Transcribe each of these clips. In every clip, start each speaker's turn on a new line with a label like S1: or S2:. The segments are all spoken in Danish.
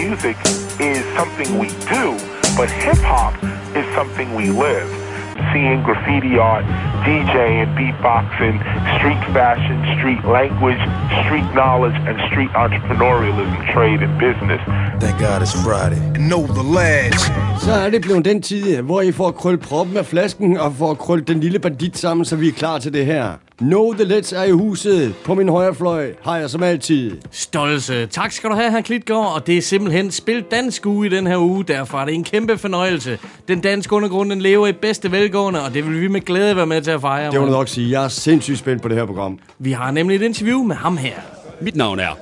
S1: music is something we do, but hip-hop is something we live. Seeing graffiti art, DJing, beatboxing, street fashion, street language, street knowledge, and street entrepreneurialism, trade and business.
S2: Thank God it's Friday. Know the lads.
S3: Så er det blevet den tid, hvor I får krølle proppen af flasken og får krølle den lille bandit sammen, så vi er klar til det her. Know the Lads er i huset. På min højre fløj har jeg som altid
S4: Stolse. Tak skal du have, Hr. Klitgaard. Og det er simpelthen Spil Dansk uge i den her uge. Derfor er det en kæmpe fornøjelse. Den danske undergrund, den lever i bedste velgående, og det vil vi med glæde være med til at fejre.
S3: Det må du nok sige. Jeg er sindssygt spændt på det her program.
S4: Vi har nemlig et interview med ham her.
S5: Mit navn er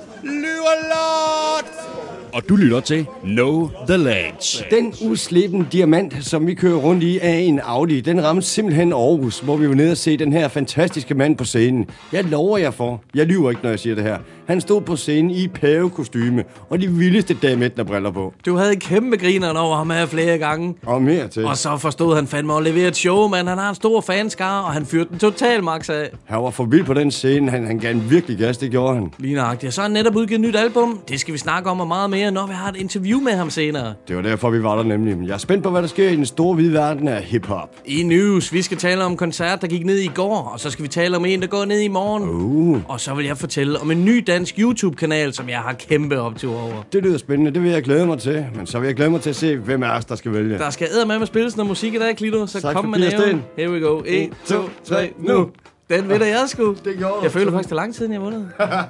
S5: Lyverlot, og du lytter til Know the Lads.
S3: Den uslebende diamant, som vi kører rundt i, er en Audi. Den ramte simpelthen Aarhus, hvor vi var nede og se den her fantastiske mand på scenen. Jeg lover jer for. Jeg lyver ikke, når jeg siger det her. Han stod på scenen i pavekostyme og de vildeste damettende briller på.
S4: Du havde kæmpe grineren over ham her flere gange.
S3: Og mere til.
S4: Og så forstod han fandme at levere et show, man. Han har en stor fanskare, og han fyrte den total max af.
S3: Han var for vild på den scene. Han gav en virkelig gas, det gjorde han.
S4: Lige nøjagtigt. Og så har han netop udgivet et nyt album. Det skal vi snakke om og meget mere, når vi har et interview med ham senere.
S3: Det var derfor, vi var der nemlig. Jeg er spændt på, hvad der sker i den store hvide verden af hiphop.
S4: I news. Vi skal tale om koncert, der gik ned i går. Og så skal vi tale om en, der går ned i morgen. Og så vil jeg fortælle om en ny dansk YouTube-kanal, som jeg har kæmpe optur over.
S3: Det lyder spændende. Det vil jeg glæde mig til. Men så vil jeg glæde mig til at se, hvem af os, der skal vælge.
S4: Der skal eddermame spilles noget musik i dag, Klito. Så kom med næven. Here we go. 1, 2, 3, nu. Den vinder jeg sgu.
S3: Det gjorde
S4: jeg føler faktisk, det er lang tid, jeg har vundet.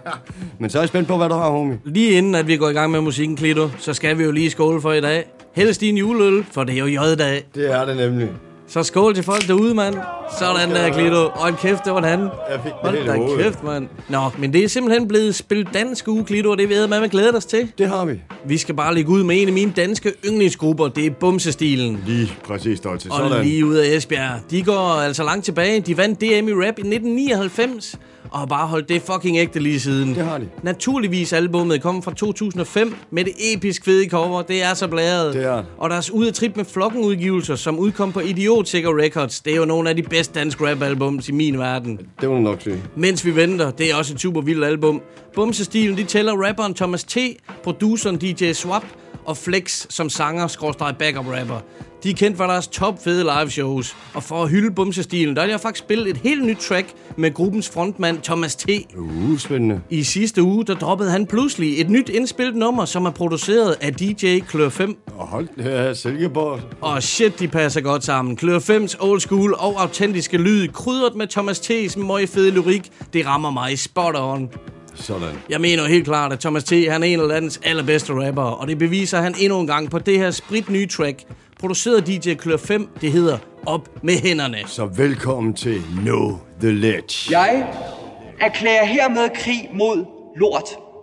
S3: Men så er jeg spændt på, hvad du har, homie.
S4: Lige inden, at vi går i gang med musikken, Klito, så skal vi jo lige skåle for i dag. Helst i en juleøl, for det er jo J-dag.
S3: Det er det nemlig.
S4: Så skål til folk derude, mand. Sådan der, Klito. Og en kæft, det var den anden.
S3: Jeg fik
S4: hold da kæft, mand. Nå, men det er simpelthen blevet Spil Dansk uge, Klito, og det ved man glæder os til.
S3: Det har vi.
S4: Vi skal bare ligge ud med en af mine danske yndlingsgrupper. Det er Bumsestilen.
S3: Lige præcis, Dolce.
S4: Og lige ud af Esbjerg. De går altså langt tilbage. De vandt DM i rap i 1999. Og har bare holdt det fucking ægte lige siden.
S3: Det har de.
S4: Naturligvis albumet kommer fra 2005 med det episk fede cover. Det er så blæret.
S3: Det er.
S4: Og deres Ud af Trip med Flokken udgivelser, som udkom på Idiotsikker Records. Det er jo nogle af de bedste dansk rap albums i min verden.
S3: Det må du nok sige.
S4: Mens vi venter, det er også et super vildt album. Bumsestilen, de tæller rapperen Thomas T, produceren DJ Swap og Flex som sanger/backup rapper. De er kendt for deres top fede live shows. Og for at hylde Bumsestilen, der har jeg faktisk spillet et helt nyt track med gruppens frontmand Thomas T.
S3: Spændende.
S4: I sidste uge, der droppede han pludselig et nyt indspillet nummer, som er produceret af DJ Klør 5.
S3: Og hold det her Silkeborg.
S4: Og shit, de passer godt sammen. Klør 5's old school og autentiske lyd, krydret med Thomas T's møgfede lyrik, det rammer mig spot on.
S3: Sådan.
S4: Jeg mener helt klart, at Thomas T. han er en af landets allerbedste rappere, og det beviser han endnu en gang på det her spritnye track, produceret DJ Klør 5, det hedder Op med hænderne.
S3: Så velkommen til Know the Lads.
S6: Jeg erklærer hermed krig mod lort.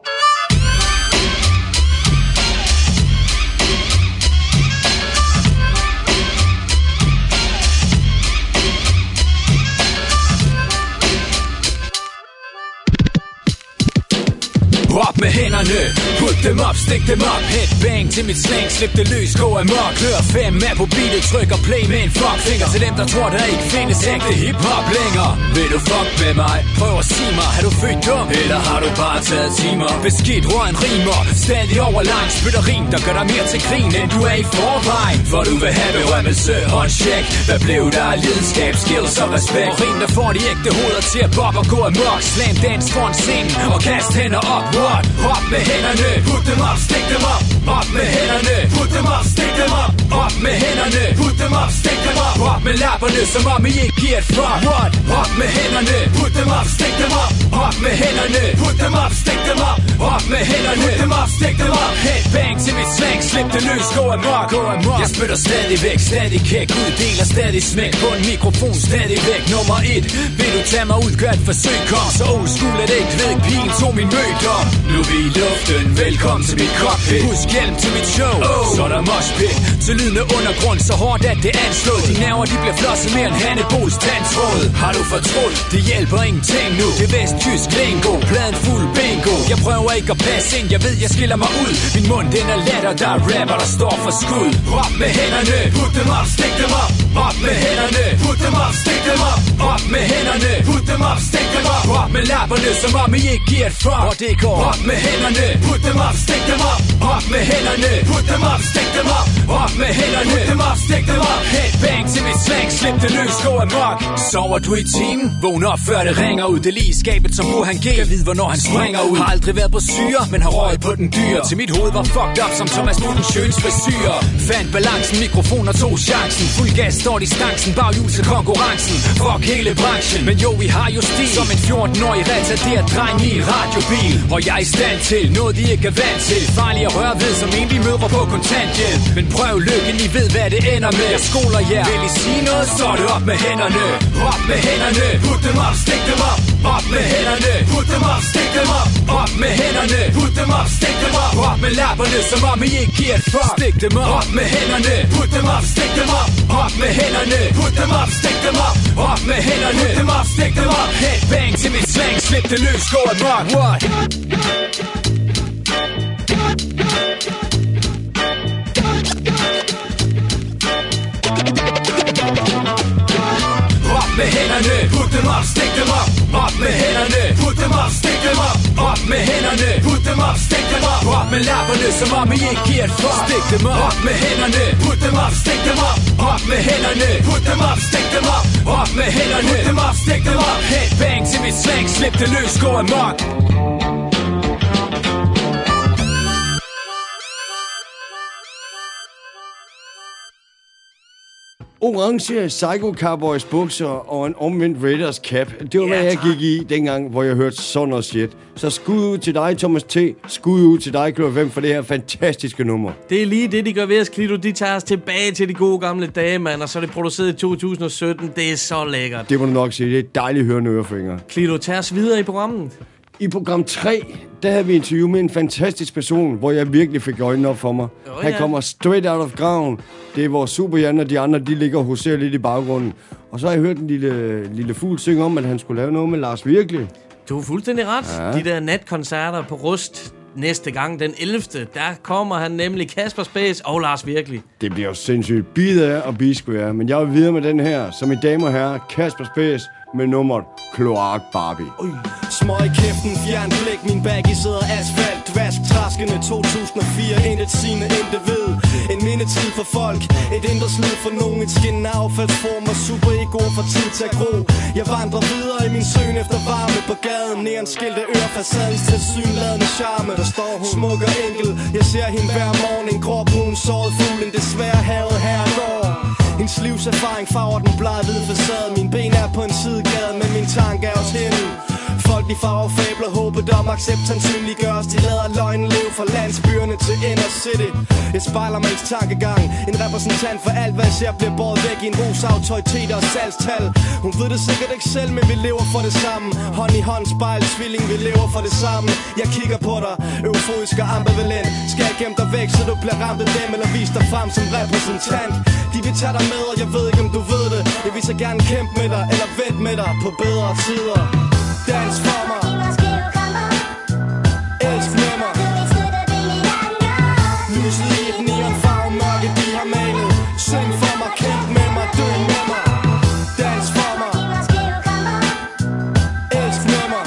S7: Op med hænderne, put dem op, stik dem op. Headbang til mit slang, slip det løs, gå amok. Klør 5 er på beatet, trykker play med en fuckfinger. Til dem der tror der ikke findes ægte hiphop længere. Vil du fuck med mig? Prøv at sige mig, har du født dum? Eller har du bare taget timer? Beskidt røgen rimer, stadig over lang spytter rim, der gør dig mere til grin, end du er i forvejen. For du vil have berømmelse og en check. Hvad blev der af lidenskab, skills og respekt? Og rim der får de ægte hoveder til at bob og gå amok. Slam dance foran scenen og kast hænder op. Op med hænderne, put dem op, stik dem op. Op med hænderne, put dem op, stik dem op. Op med hænderne, put dem op, stik dem op. Op med lapperne, som om I ikke giver et fuck. What? Op med hænderne, put dem op, stik dem op. Op med hænderne, put dem op, stik dem op. Op med hænderne, put dem op, stik dem op. Headbang til mit slang, slip det løs, gå amok. Jeg spytter stadig væk, stadig kæk, uddeler stadig smæk på en mikrofon, stadig væk. Nummer 1, vil du tage mig ud, gør et forsøg, kom. Så old school er det ikke, ved pigen tog min mødom. Nu er vi i luften, velkommen til mit cockpit. Husk hjelm til mit show, så er der moshpit. Til lydende undergrund, så hårdt at det er anslået. De nerver, de bliver flosset mere end Hannibals tandtråd. Har du fortrudt? Det hjælper ingenting nu. Det er vesttysk lingo, pladen fuld bingo. Jeg prøver ikke at passe ind, jeg ved jeg skiller mig ud. Min mund den er latter, der er rapper, der står for skud. Op med hænderne, put dem op, stik dem op. Op med hænderne, put dem op, stik dem op. Op med hænderne, put dem dem op, stik dem op. Op med lapperne, som om I ikke giver et fuck. Og det går op med hænderne, put dem op, stik dem op. Op med hænderne, put dem op, stik dem op. Op med hænderne, put dem op, stik dem op. Headbang til mit slang, slip det løs, gå amok. Sover du i timen? Vågn op før det ringer ud. Det lige i skabet som Burhan G. Kan vide hvornår han springer ud. Har aldrig været på syre, men har røget på den dyre. Til mit hoved var fucked up som Thomas Budenschøns frisyrer. Fandt balancen, mikrofon og tog chancen. Fuld gas står distancen, baghjul til konkurrencen. Fuck hele branchen, men jo vi har jo stil. Som en 14-årig retarderet dreng i en radiobil. Og jeg er i stand til noget de ikke er vant til. Farlig at røre ved som en vi møder på kontanthjælp. Men prøv lykken, I ved hvad det ender med. Jeg skoler jer, vil I sige noget, så er det op med hænderne. Op med hænderne, put dem op, stik dem op. Op med hænderne, put dem op, stik dem op. Op med hænderne, put dem op, stik dem op. Op med lapperne, som om I ikke giver et fuck. Stik dem op. Op med hænderne, put dem op, stik dem op. Op med hænderne, put dem op, stik dem op. Op med hænderne, put dem op, stik dem op. Headbang til mit slang, slip det løs, gå amok. What? Med hænderne, put dem op, stik dem op. Op med hænderne, put dem op, stik dem op. Op med hænderne, put dem op, stik dem op. Op med lapperne, som om I ikke giver et fuck. Stik dem op. Op med hænderne, put dem op, stik dem op. Op med hænderne, put dem op, stik dem op. Op med hænderne, put dem op, stik dem op. Headbang til mit slang, slip det løs, gå amok.
S3: Orange Psycho Cowboys bukser og en omvendt Raiders cap. Det var, hvad jeg gik i dengang, hvor jeg hørte sådan noget shit. Så skud ud til dig, Thomas T. Skud ud til dig, Klub 5, for det her fantastiske nummer.
S4: Det er lige det, de gør ved os, Klito. De tager os tilbage til de gode gamle dage, mand. Og så er det produceret i 2017. Det er så lækkert.
S3: Det må du nok sige. Det er dejligt at høre en ørefingre.
S4: Klito, tag os videre i programmet.
S3: I program 3, der havde vi interview med en fantastisk person, hvor jeg virkelig fik øjnene op for mig. Han kommer straight out of ground. Det er vores Super-Jan, og de andre, de ligger og huserer lidt i baggrunden. Og så har jeg hørt en lille fugl synge om, at han skulle lave noget med Lars Virkelig.
S4: Du er fuldstændig ret. Ja. De der natkoncerter på Rust næste gang, den 11. Der kommer han nemlig Kasper Space og Lars Virkelig. Det
S3: bliver jo sindssygt bid af og bisquare. Men jeg vil videre med den her, som i damer og herrer, Kasper Space med nummeret Kloak Barbie.
S8: Små i kæften, fjern blik, min baggy sidder asfalt. Dvask, traskende 2004, intet sigende, intet ved. En mindetid for folk, et indre slid for nogen. Et skinnende affaldsform og superegoer for tid til at gro. Jeg vandrer videre i min søgen efter varme på gaden. Næren skilte ører facadens til synladende charme. Der står hun smuk og enkel, jeg ser hende hver morgen. En grå brun såret fugl, en desværre havet her går. Hendes livserfaring farver den blege hvide facade. Mine ben er på en sidegade, men min tanke er hos hende. Folk de farver fabler, håbet om accept sandsynliggøres. De lader løgnen leve fra landsbyerne til inner city. Jeg spejler mig ens tankegang, en repræsentant for alt hvad jeg ser bliver båret væk i en ros autoriteter og salgstal. Hun ved det sikkert ikke selv, men vi lever for det samme. Hånd i hånd, spejl, tvilling, vi lever for det samme. Jeg kigger på dig, euforisk og ambivalent. Skal jeg gemme dig væk, så du bliver ramt af dem, eller vise dig frem som repræsentant. De vil tage dig med, og jeg ved ikke om du ved det. Jeg vil så gerne kæmpe med dig, eller vent med dig på bedre tider. Dans for mig. Elsk med mig. Lyset i et neonfarve mørke, de har malet. Syng for mig, kæmp med mig, dø med mig. Dans for mig. Elsk med mig.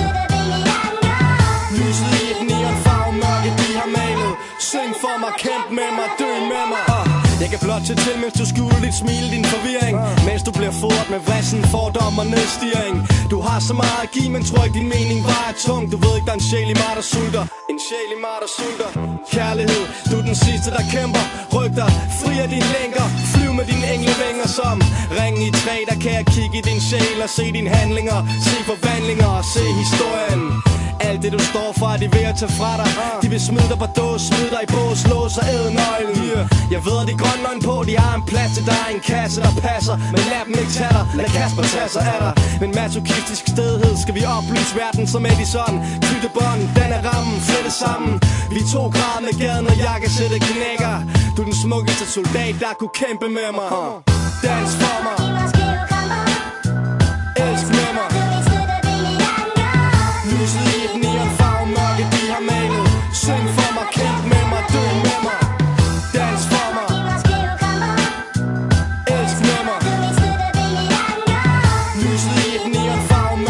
S8: Lyset i et neonfarve mørke, de har malet. Syng for mig, kæmp med mig, dø med mig. Jeg kan blot til, mens du skjuler dit smil, din forvirring. Mens du bliver fodret med vrissen, fordom og nedstirring. Du har så meget at give, men tror ikke din mening var tung. Du ved ikke, der er en sjæl i mig, der sulter. En sjæl i mig, der sulter. Kærlighed, du er den sidste, der kæmper. Ryk dig, fri af dine lænker. Flyv med dine englevinger som ring i træ. Der kan jeg kigge i din sjæl og se dine handlinger. Se forvandlinger og se historien. Alt det du står for er de ved at tage fra dig. De vil smide dig på dås, smide dig i bås, låse og æde nøglen. Jeg ved at de grønne løgn på, de har en plads til dig. En kasse der passer, men lad dem ikke tage dig. Lad Kasper tage sig af dig. Men masochistisk stedhed skal vi oplyse verden som Edison. Knytte bånd, den er rammen, flette sammen. Vi er 2 grader med gaden og jakkesættet knækker. Du er den smukkeste soldat, der kunne kæmpe med mig. Dans for mig. Elsk med mig. Lyset i et neonfarve mørke, de har malet. Syng for mig, kæmp med mig, dø med mig. Dans for mig. Elsk med mig. Lyset i et neonfarve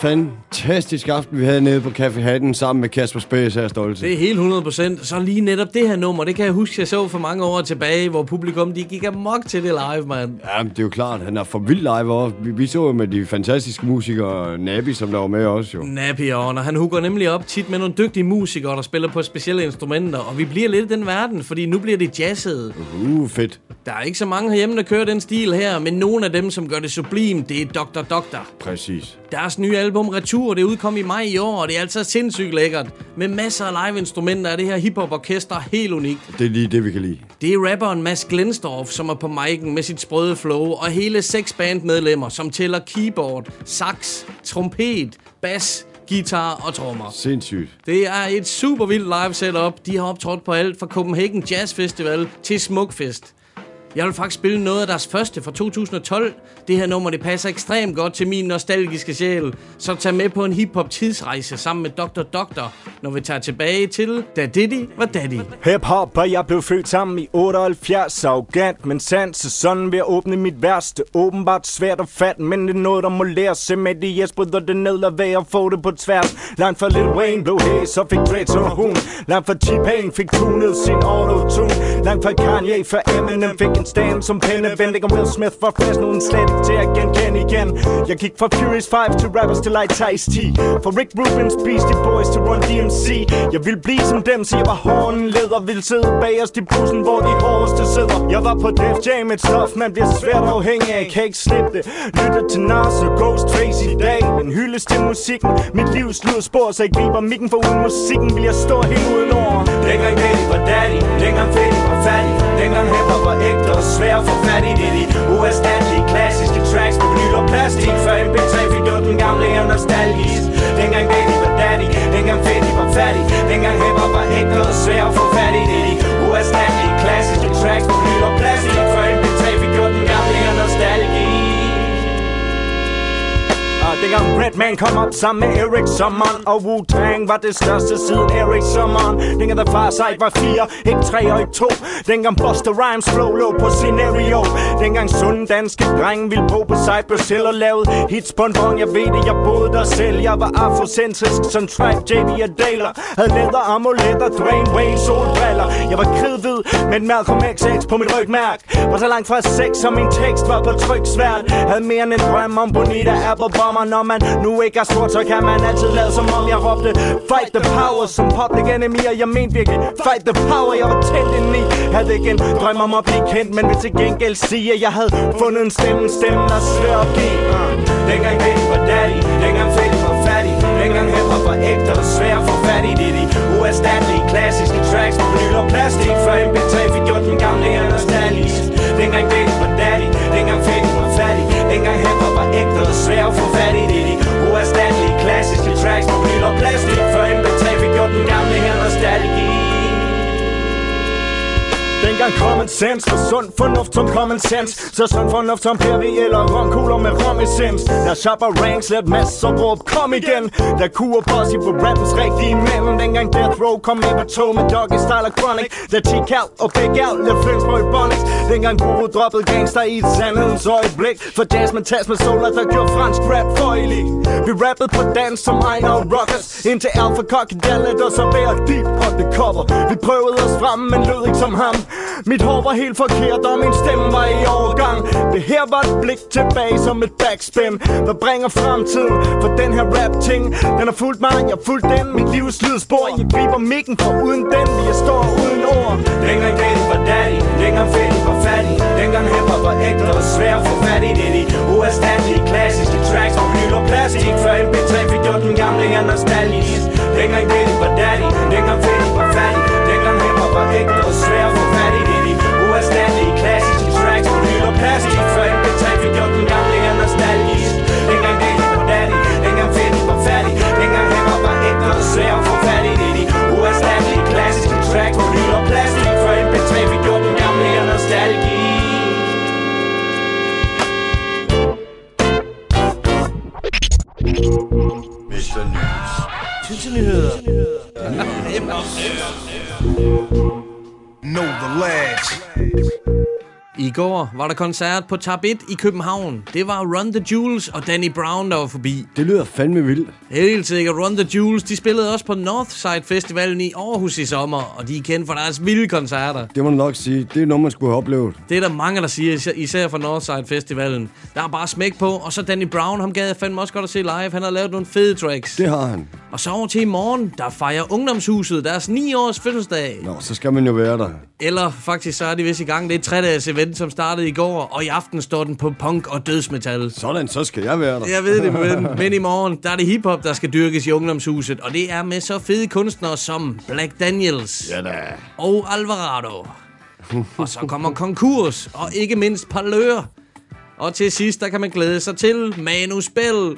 S3: fantastisk aften, vi havde nede på Café Hatten sammen med Kasper Spæs her, Stolte.
S4: Det er helt 100%. Så lige netop det her nummer, det kan jeg huske, jeg så for mange år tilbage, hvor publikum, de gik amok til det live, mand.
S3: Ja, det er jo klart, han er for vild live også. Vi så jo med de fantastiske musikere, Nabi, som der var med også jo.
S4: Nabi, og han hooker nemlig op tit med nogle dygtige musikere, der spiller på specielle instrumenter, og vi bliver lidt i den verden, fordi nu bliver det jazzet.
S3: Fedt.
S4: Der er ikke så mange herhjemme, der kører den stil her, men nogle af dem, som gør det sublim, det er Dr. Doctor.
S3: Præcis.
S4: Deres nye album Retur, det udkom i maj i år, og det er altså sindssygt lækkert. Med masser af live-instrumenter er det her hiphop-orkester helt unikt.
S3: Det er lige det, vi kan lide.
S4: Det er rapperen Mads Glensdorf, som er på mic'en med sit sprøde flow, og hele 6 bandmedlemmer, som tæller keyboard, sax, trompet, bas, guitar og trommer.
S3: Sindssygt.
S4: Det er et super vildt live setup. De har optrådt på alt fra Copenhagen Jazz Festival til Smukfest. Jeg vil faktisk spille noget af deres første fra 2012. Det her nummer, det passer ekstremt godt til min nostalgiske sjæl. Så tag med på en hip-hop tidsrejse sammen med Dr. Doctor, når vi tager tilbage til Da Diddy var Daddy.
S9: Hip-hop, og jeg blev født sammen i 78. Arrogant, men sandt, så sådan ved at åbne mit værste. Åbenbart svært at fatte, men det er noget, der må lære sig med det. Jeg bryder det ned, lad være at få det på tværs. Langt fra Lil Wayne blev hæs, så fik Dreads under hun. Langt fra T-Pain fik tunet sin auto-tune. Langt fra Kanye, for Eminem fik en stand som penneven. Ikke om Will Smith for fast, nu en slet ikke til at genkende igen. Jeg gik fra Furious 5 til rappers til Light Ice-T. Fra Rick Rubens, Beastie Boys til Run DMC. Jeg ville blive som dem, så jeg var hården leder. Ville sidde bagerst i bussen, hvor de hårdeste sidder. Jeg var på Def Jam, et stof, man bliver svært afhængig af. Kan ikke slippe det. Lytter til Nas og Ghost Trace i dag. En hyldest til musikken. Mit liv slud spor, så jeg griber mikken. For uden musikken vil jeg stå helt uden ord. Dengang Daddy var daddy, dengang Fetty var fattig. Dengang hip-hop var ægte og svær for fattig. Det er de uerstattelige klassiske tracks på vinyl og plastik. Før MP3 fik gjort den gamle og nostalgisk. Dengang Daddy var daddy, dengang Fetty var fattig. Dengang hip-hop var ægte og svær for fattig. Det er de uerstattelige klassiske tracks på vinyl og plastik. Før MP3 fik gjort den gamle og nostalgisk. Dengang Redman kom op sammen med Eric Sommeren. Og Wu-Tang var det største siden Eric Sommeren. Dengang The Far Side var 4, ikke 3 og ikke 2. Dengang Busta Rhymes flow lå på scenario. Dengang sunde danske drenge ville bo på Cypress Hill og lavede hits på en bong. Jeg ved det, jeg boede der selv. Jeg var afrocentrisk som Tribe, JD og Daler. Havde læder, amuletter, Dwayne Wayne, solbriller. Jeg var kridhvid med en Malcolm XX på mit rygmærk. Var så langt fra sex, som min tekst var på tryksvært. Havde mere end en drøm om Bonita Applebomber. Når man nu ikke er stort, så kan man altid lade som om jeg råbte Fight the power som Public Enemy. Og jeg mente virkelig Fight the power, jeg var tændt indeni. Havde ikke en drøm om at blive kendt, men vil til gengæld sige, at jeg havde fundet en stemme der svær at give. Dengang Daddy var daddy, dengang Fetty var fattig. Dengang hip-hop var ægte og svær for fattig. Det er de uerstattelige klassiske tracks på vinyl og plastik. Før MP3 fik gjort den gamle og nostalgisk. Dengang Daddy var daddy, dengang Fetty var fattig. Dengang hip-hop var ægte og svær for fattig. Det er de uerstattelige klassiske tracks på vinyl og plastik. Før MP3 fik gjort den gamle og nostalgisk. Dengang common sense var sund fornuft som common sense. Så sund fornuft som PV eller romkugler med romessens. Der shopper ranks, let masser råb, kom igen. Der Q og Bossy var rappens rigtige mænd. Dengang Death Row kom med på tog med Doggy Style og Chronic. Der T-Cal og Big Al, der Flensborg i Bonix. Dengang Guru droppede gangster i et sandhedens øjeblik. For jazz med tas med soler, der gjorde fransk rap føjelig. Vi rappede på dans som Ejner og Rockers. Indtil Alpha Cockedallet og så være deep undercover. Vi prøvede os frem, men lød ikke som ham. Mit hår var helt forkert, og min stemme var i overgang. Det her var et blik tilbage som et backspin, der bringer fremtiden. For den her rap-ting, den har fulgt mig, jeg har fulgt den. Mit livs lydspor, jeg griber mikken, for uden den vil jeg stå uden ord. Dengang Daddy var daddy, dengang Fetty var fattig. Dengang hip-hop var ægte og svær for fattig. Det er de uerstattelige klassiske tracks på vinyl og plastik. Før MP3 fik gjort den gamle og nostalgisk. Dengang Daddy var daddy, dengang Fetty var fattig. Dengang hip-hop var ægte og svær for fattig. Det er de uerstattelige klassiske tracks på vinyl og plastik. Før MP3 fik gjort den gamle og nostalgisk. Dengang Daddy var daddy, dengang Fetty var fattig. Dengang hip-hop var ægte og svær for fattig. Det er de uerstattelige klassiske tracks på vinyl og plastik. Før MP3 fik gjort den gamle og nostalgisk.
S4: Nyheder.
S2: Know the lads.
S4: I går var der koncert på Tab 1 i København. Det var Run the Jewels og Danny Brown, der var forbi.
S3: Det lyder fandme vildt.
S4: Helt sikkert. Run the Jewels, de spillede også på Northside Festivalen i Aarhus i sommer, og de er kendt for deres vilde koncerter.
S3: Det må man nok sige. Det er noget, man skulle have oplevet.
S4: Det er der mange, der siger, især for Northside Festivalen. Der er bare smæk på, og så Danny Brown, ham gad jeg fandme også godt at se live. Han har lavet nogle fede tracks.
S3: Det har han.
S4: Og så over til i morgen, der fejrer Ungdomshuset deres 9-års fødselsdag.
S3: Nå, så skal man jo være der.
S4: Eller faktisk så er de vist i gang. Det er et 3-dages event, som startede i går, og i aften står den på punk og dødsmetal.
S3: Sådan, så skal jeg være der.
S4: Jeg ved det, men i morgen, der er det hiphop, der skal dyrkes i Ungdomshuset, og det er med så fede kunstnere som Black Daniels og Alvarado. Og så kommer Konkurs, og ikke mindst Parlør. Og til sidst, der kan man glæde sig til Manu Spell.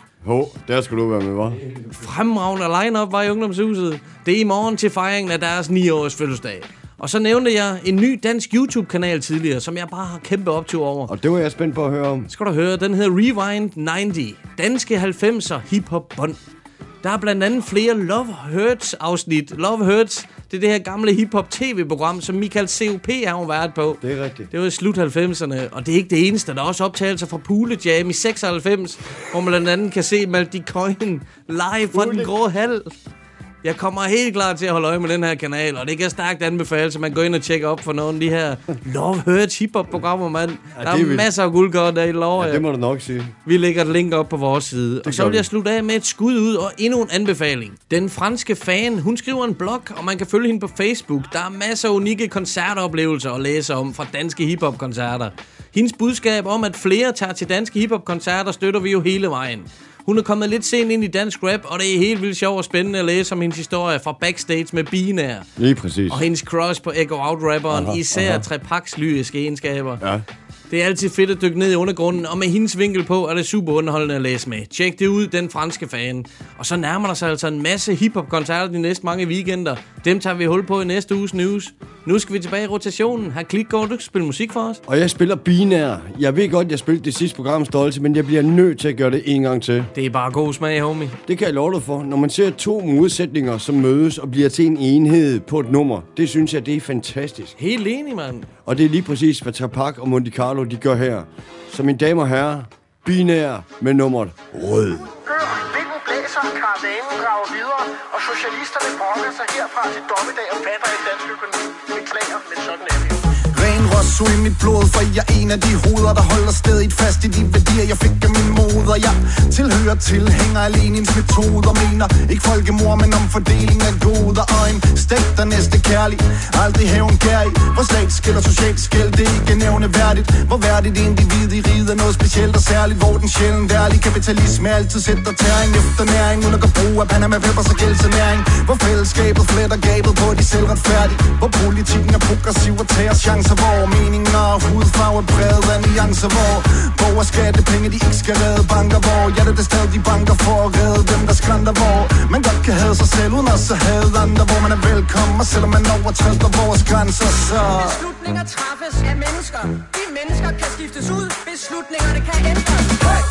S3: Der skal du være med, hva'?
S4: Fremragende line-up var i Ungdomshuset. Det er i morgen til fejringen af deres 9-års fødselsdag. Og så nævnte jeg en ny dansk YouTube-kanal tidligere, som jeg bare har kæmpe optur over.
S3: Og det var jeg spændt på at høre om.
S4: Skal du høre, den hedder Rewind 90. Danske 90'er hip-hop-bånd. Der er blandt andet flere Love Hurts-afsnit. Love Hurts, det er det her gamle hip-hop-tv-program, som Michael C.O.P. har jo været på.
S3: Det er rigtigt.
S4: Det var i slut 90'erne, og det er ikke det eneste. Der er også optagelser fra Pule Jam i 96, hvor man blandt andet kan se Maldi Coyne live fra den grå hal. Jeg kommer helt klar til at holde øje med den her kanal, og det kan stærkt anbefale, så man går ind og tjekker op for nogle af de her Love Hurts hip-hop-programmer, mand. Ja, der er masser af guldgård der i lov.
S3: Ja, det må du nok sige.
S4: Vi lægger et link op på vores side. Og så vil jeg slutte af med et skud ud og endnu en anbefaling. Den franske fan, hun skriver en blog, og man kan følge hende på Facebook. Der er masser af unikke koncertoplevelser at læse om fra danske hip-hop-koncerter. Hendes budskab om, at flere tager til danske hip-hop-koncerter, støtter vi jo hele vejen. Hun er kommet lidt sent ind i dansk rap, og det er helt vildt sjovt og spændende at læse om hendes historie fra backstage med Binær.
S3: Lige præcis.
S4: Og hendes crush på Echo Out-rapperen, især Trepaks lyriske egenskaber.
S3: Ja.
S4: Det er altid fedt at dykke ned i undergrunden, og med hendes vinkel på er det super underholdende at læse med. Tjek det ud, den franske fan. Og så nærmer der sig altså en masse hiphop-koncerter de næste mange weekender. Dem tager vi hul på i næste uges news. Nu skal vi tilbage i rotationen. Her Klitgaard, du spiller musik for os.
S3: Og jeg spiller Binær. Jeg ved godt, jeg spillede det sidste program stolte, men jeg bliver nødt til at gøre det en gang til.
S4: Det er bare god smag, homie.
S3: Det kan jeg love dig for. Når man ser to modsætninger, som mødes og bliver til en enhed på et nummer, det synes jeg, det er fantastisk.
S4: Helt enig, mand.
S3: Og det er lige præcis, hvad Trapak og Monte Carlo, de gør her. Så mine damer og herrer, Binær med nummeret Rød.
S10: Vinden blæser, karavanen drager videre, og socialisterne brokker sig herfra til dommedag og fatter i dansk økonomi. Beklager, men sådan er det.
S11: Ren rosso i mit blod, for jeg er en af de hoveder, der holder stedigt fast i de værdier, jeg fik af min moder. Jeg tilhører tilhænger af Lenins metoder, mener ikke folkemord, men om fordeling af goder. Og en stat, der næste kærlig, aldrig hævn kær i. Hvor statsskæld og socialt skæld, det er ikke nævneværdigt. Hvor værdigt individ i riget er noget specielt og særligt. Hvor den sjældent ærlige kapitalisme altid sætter tæring efter næring, uden at gå brug af Panama Papers og gældsernæring. Hvor fællesskabet fletter gabet på de selvretfærdige. Hvor politikken er progressiv og tager chancer. Hvor meningen og hudfarve præget af nuancer. Hvor borger skattepenge, de ikke skal redde banker. Hvor hjertet er stadig de banker for at redde dem, der skrænder. Hvor man godt kan have sig selv uden også at have andre. Hvor man er velkommen, og selvom man overtræder vores grænser, så
S10: Beslutninger træffes af mennesker. De mennesker kan skiftes ud. Beslutningerne kan ændres. Hey!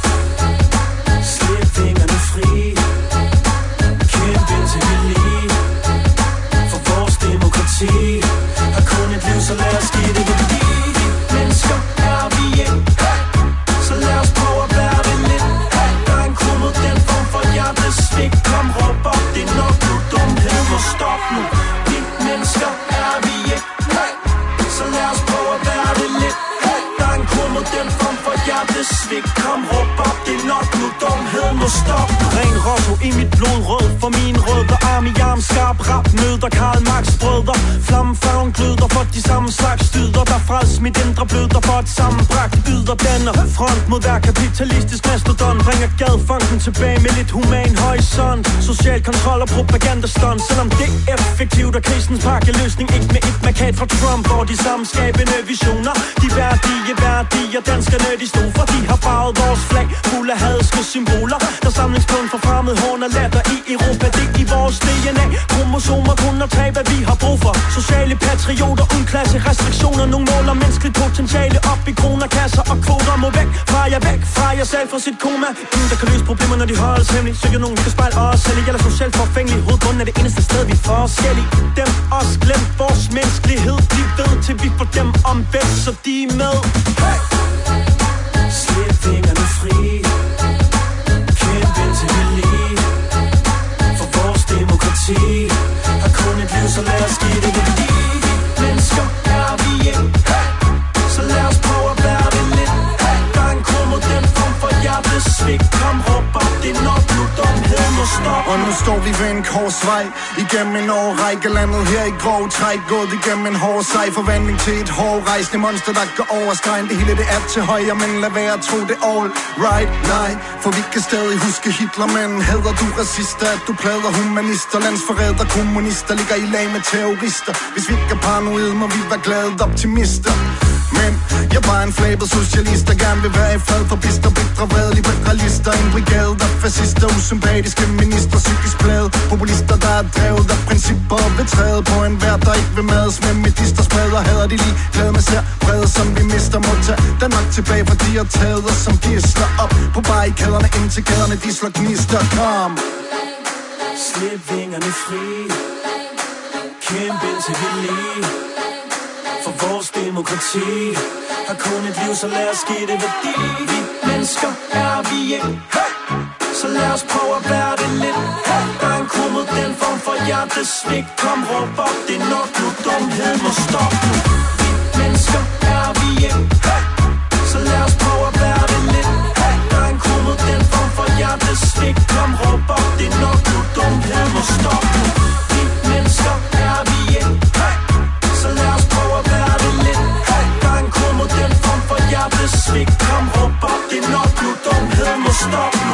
S12: Slip fingrene fri. Kæmp indtil vi lige. For vores demokrati har kun et liv, så lad os give det værdi. Mennesker er vi ikke. Så lad os prøve at være det lidt. Der er en kur mod den form for hjertesvigt. Kom, råb op, det er nok nu. Dumhed må stoppe nu. Vi mennesker er vi ikke. Så lad os prøve at være det lidt. Der er en kur mod den form for hjertesvigt. Kom, råb op, det er nok nu. Dumhed må stoppe nu.
S8: Ren rosso i mit blod, rød for min rødder. Arm i arm, skarp rap, møder Karl Marx brødre. Flammefarven gløder for de samme slags dyder. Der frels mit indre bløder for et sammenbragt yder. Danner front mod hver kapitalistisk mastodon. Bringer gadefunken tilbage med lidt human horisont. Social kontrol og propagandastunt. Selvom det er effektivt og krisens pakkeløsning ikke med et markat fra Trump. Og de samskabende visioner. De værdier danskerne de stod for. De har farvet vores flag fuld af hadske symboler. Der samlingspunkt for fremmed hån og latter i Europa. Det i vores DNA. Kromosomer kun at tage hvad vi har brug for. Sociale Utallige patrioter uden klasse restriktioner. Nogle måler menneskeligt potentiale op i kroner, kasser og kvoter. Må væk fra jer selv fra sit koma. Ingen der kan løse problemer når de holdes hemmeligt. Søger nogen vi kan spejle os selv. Gælder socialt forfængeligt. Hovedbunden er det eneste sted vi er forskellige. Dem os glem vores menneskelighed. De ved til vi får dem omvendt, så de er med. Hey!
S12: Slip fingrene fri. Kæmp indtil vi lige. For vores demokrati har kun et liv, så lad os give det værdi. Mennesker er vi ikke. Hey! Så lad os prøve at være det lidt. Hey! Der er en kur mod den form for hjertesvigt. Kom, råb op, det er nok nu dumhed må stoppe.
S11: Og nu står vi ved en korsvej igennem en årrække. Landet her i grov træk. Gået igennem en hård sej. Forvandling til et hårdrejsende monster, der går over stregen. Det hele det er til højre, men lad være at tro det all right. Nej, for vi kan stadig huske Hitler. Men hader du racister, at du plader humanister. Landsforræder, kommunister ligger i lag med terrorister. Hvis vi ikke er paranoid, må vi være glade optimister. Men jeg er bare en flabet socialist, der gerne vil være i fred for bister, bitre, vrede, liberalister. En brigade af fascister, usympatiske minister, psykisk plade. Populister, der er drevet af principper og betrædet på en vær, der ikke vil mades med medister. Spreder hader de lige glade med sær brede, som vi mister. Må tage Danmark tilbage, for de har taget os som gidsler op på barrikaderne, indtil kæderne de slår gnister. Kom!
S12: Slip vingerne fri. Kæmp indtil vi lige. For vores demokrati har kun et liv, så lad os give det værdi. Vi mennesker er vi ikke. Hey! Så lad os prøve at være det lidt. Hey! Der er en kur mod den form for hjertesvigt. Kom, råb op, det er nok nu. Dumhed må stoppe nu. Vi mennesker er vi ikke. Hey! Så lad os prøve at være det lidt. Hey! Der er en kur mod den form for hjertesvigt. Kom, råb op, det er nok nu. Dumhed må stoppe nu. Vi mennesker er vi ikke. Hey! Så lad os prøve at være det lidt. Hey! Der er en kur mod den form for hjertesvigt. Kom, råb op, det er nok nu. Dumhed må stoppe nu.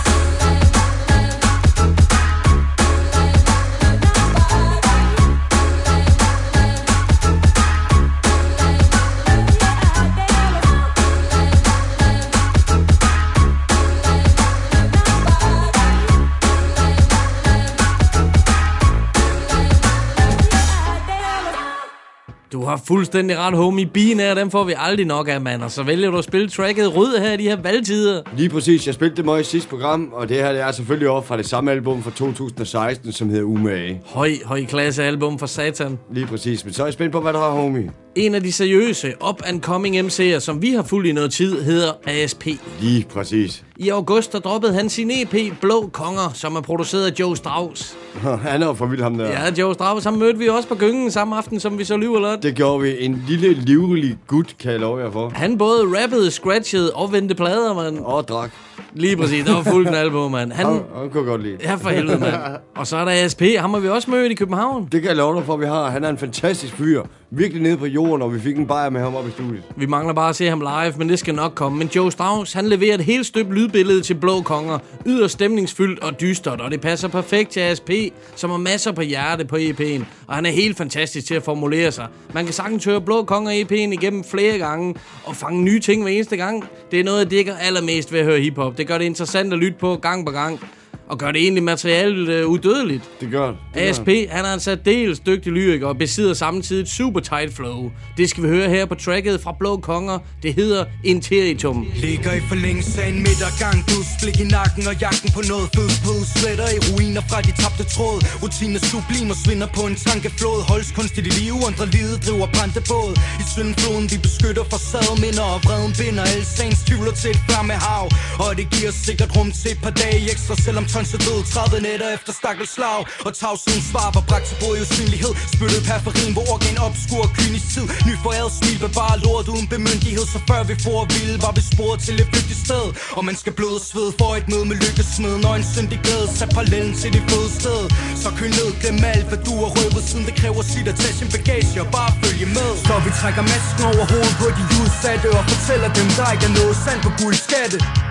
S4: Du har fuldstændig ret, homie. Binære, dem får vi aldrig nok af, mand. Og så vælger du at spille tracket Rød her i de her valgtider.
S3: Lige præcis. Jeg spillede det meget i sidste program, og det her det er selvfølgelig også fra det samme album fra 2016, som hedder Umage.
S4: Høj klasse album for satan.
S3: Lige præcis. Men så er jeg spændt på, hvad der har, homie.
S4: En af de seriøse up-and-coming MC'er, som vi har fulgt i noget tid, hedder ASP.
S3: Lige præcis.
S4: I august der droppede han sin EP Blå Konger, som er produceret af Joe Strauss.
S3: Han er jo for vild, ham der.
S4: Ja, Joe Strauss, ham mødte vi også på Gyngen samme aften, som vi så Liv eller
S3: Det gjorde vi. En lille, livlig gut, kan jeg love jer for.
S4: Han både rappede, scratchede og vendte plader, mand.
S3: Og drak.
S4: Lige præcis, der var fuld knald på, mand.
S3: Han kunne godt lide.
S4: Ja, for helvede, mand. Og så er der ASP, ham har vi også mødt i København.
S3: Det kan jeg love dig for, vi har. Han er en fantastisk fyr. Virkelig nede på jorden, og vi fik en bajer med ham op i studiet.
S4: Vi mangler bare at se ham live, men det skal nok komme. Men Joe Strauss, han leverer et helt støbt lydbillede til Blå Konger. Yderst stemningsfyldt og dystert, og det passer perfekt til ASP, som har masser på hjerte på EP'en. Og han er helt fantastisk til at formulere sig. Man kan sagtens høre Blå Konger EP'en igennem flere gange, og fange nye ting hver eneste gang. Det er noget, jeg digger allermest ved at høre hiphop. Det gør det interessant at lytte på gang på gang. Og gør det egentlig materialet udødeligt.
S3: Det gør det.
S4: ASP, han er en særdeles dygtig lyriker og besidder samtidig et super tight flow. Det skal vi høre her på tracket fra Blå Konger. Det hedder Interitum.
S13: Ligger i forlængelse af en midtergang, blik i nakken og jagten på noget fødsbud. Sletter i ruiner fra de tabte tråd. Rutiner sublim og svinder på en tankeflod. Holdes kunstigt i live, andre livet driver brændte båd. I syndfloden vi beskytter facademinder og vreden binder. Alle sagens tvivler til et flammehav. Og det giver sikkert rum til et par dage ekstra, selvom tonsset død 30 nætter efter stakkelslag. Og tavsheden svar var bragt til både usynlighed. Spyttet periferien, hvor organ obskur kynisk tid. Ny foræret smil, bevarer lort uden bemyndighed. Så før vi får at vilde, var vi sporet til et flygtigt sted. Og man skal bløde sved for et møde med lykkesmeden. Og en syndig glæde, sat parallellen til det føde sted. Så køn ned, glem alt hvad du har røvet, siden det kræver sit at tage sin bagage og bare følge med. Så vi trækker masken over hovedet på de udsatte og fortæller dem, der ikke er noget sandt på guldskatte.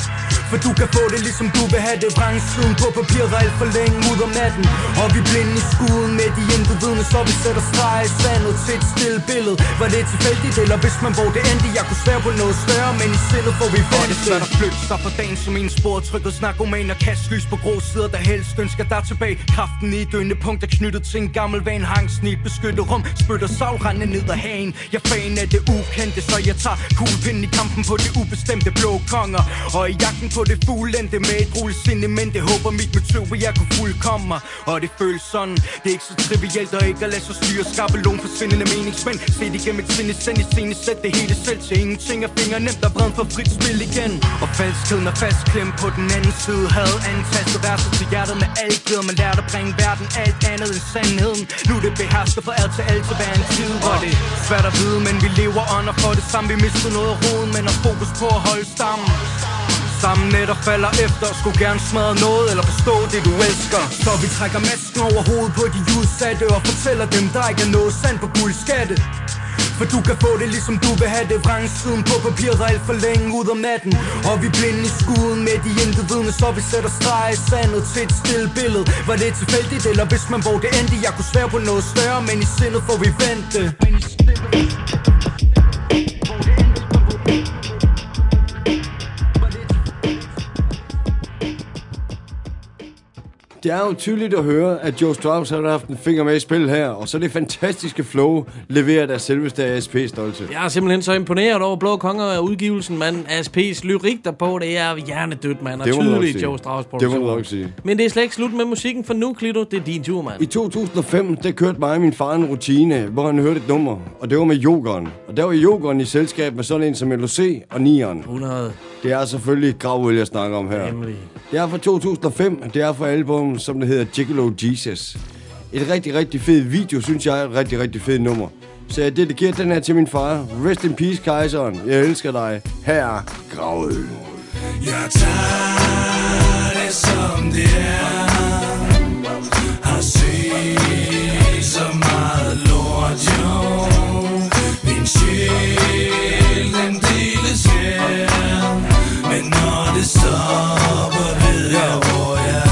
S13: For du kan få det ligesom du vil have det. Vrangsiden på papiret alt for længe ud om natten. Og vi blinde i skuden med de intet vidne, så vi sætter streg i sandet til et stille billede. Var det tilfældigt, eller hvis man hvor det endte? Jeg kunne svære på noget større, men i sindet får vi vendt. Og det svært at flytte sig for dagen som en spor. Trykket snakoman og kastlys på grå sider, der helst ønsker der tilbage. Kraften i et døende punkt er knyttet til en gammel van. Hangsen i et beskyttet rum, spytter savrende ned ad hagen. Jeg fan af det ukendte, så jeg tager kuglepinden i kampen på det ubestemte blå konger. Og i jagten på det fuglendte med et roligt sinde, men det håber mit motiv, at jeg kunne fuldkomme mig. Og det føles sådan, det er ikke så trivielt og ikke at lade sig styre. Skabelon forsvindende meningsmænd, set igennem et sindesend i scene, sæt det hele selv til ingenting. Og fingre nemt og bredden for frit spil igen. Og falskheden er fastklemt på den anden side. Havde antastet verset til hjertet med alt glæde. Man lærte at bringe verden alt andet end sandheden. Nu er det behersket for alt til alt til hver en tid. Og det er svært at vide, men vi lever under for det samme. Vi mister noget af roden, men har fokus på at holde stammen. Sammen netter falder efter, skulle gerne smadre noget eller forstå det du elsker. Så vi trækker masken over hovedet på de udsatte og fortæller dem, der ikke er noget sandt på guldskatte. For du kan få det ligesom du vil have det. Vrangsiden på papiret alt for længe ud om natten. Og vi blinde i skuden med de intet vidne, så vi sætter streg i sandet til et stille billede. Var det tilfældigt, eller hvis man hvor det endte? Jeg kunne svære på noget større, men i sindet får vi vendt det.
S3: Det er jo tydeligt at høre, at Joe Strauss har haft en finger med i spil her, og så det fantastiske flow leveret af selveste ASP-stolte.
S4: Jeg er simpelthen så imponeret over Blå Konger af udgivelsen, mand. ASP's lyrik derpå, det er hjernedødt, mand. Og tydeligt Joe Strauss produktion.
S3: Det må du nok sige.
S4: Men det er slet ikke slut med musikken for nu, Klito. Det er din tur, mand.
S3: I 2005, der kørte mig og min far en rutine, hvor han hørte et nummer, og det var med Jokeren. Og der var Jokeren i selskab med sådan en som LOC og Nieren.
S4: 100.
S3: Det er selvfølgelig Gravøl, jeg snakker om her.
S4: Nemlig.
S3: Det er fra 2005, det er fra album, som det hedder Gigolo Jesus. Et rigtig, rigtig fed video, synes jeg er et rigtig, rigtig fed nummer. Så jeg dedikerer den her til min far. Rest in peace, kejseren. Jeg elsker dig. Her er Gravøl.
S12: Jeg tager det som det er. Har set så meget lort, jo. Min sjæl, den deles her. Men når det stopper, ved jeg, hvor jeg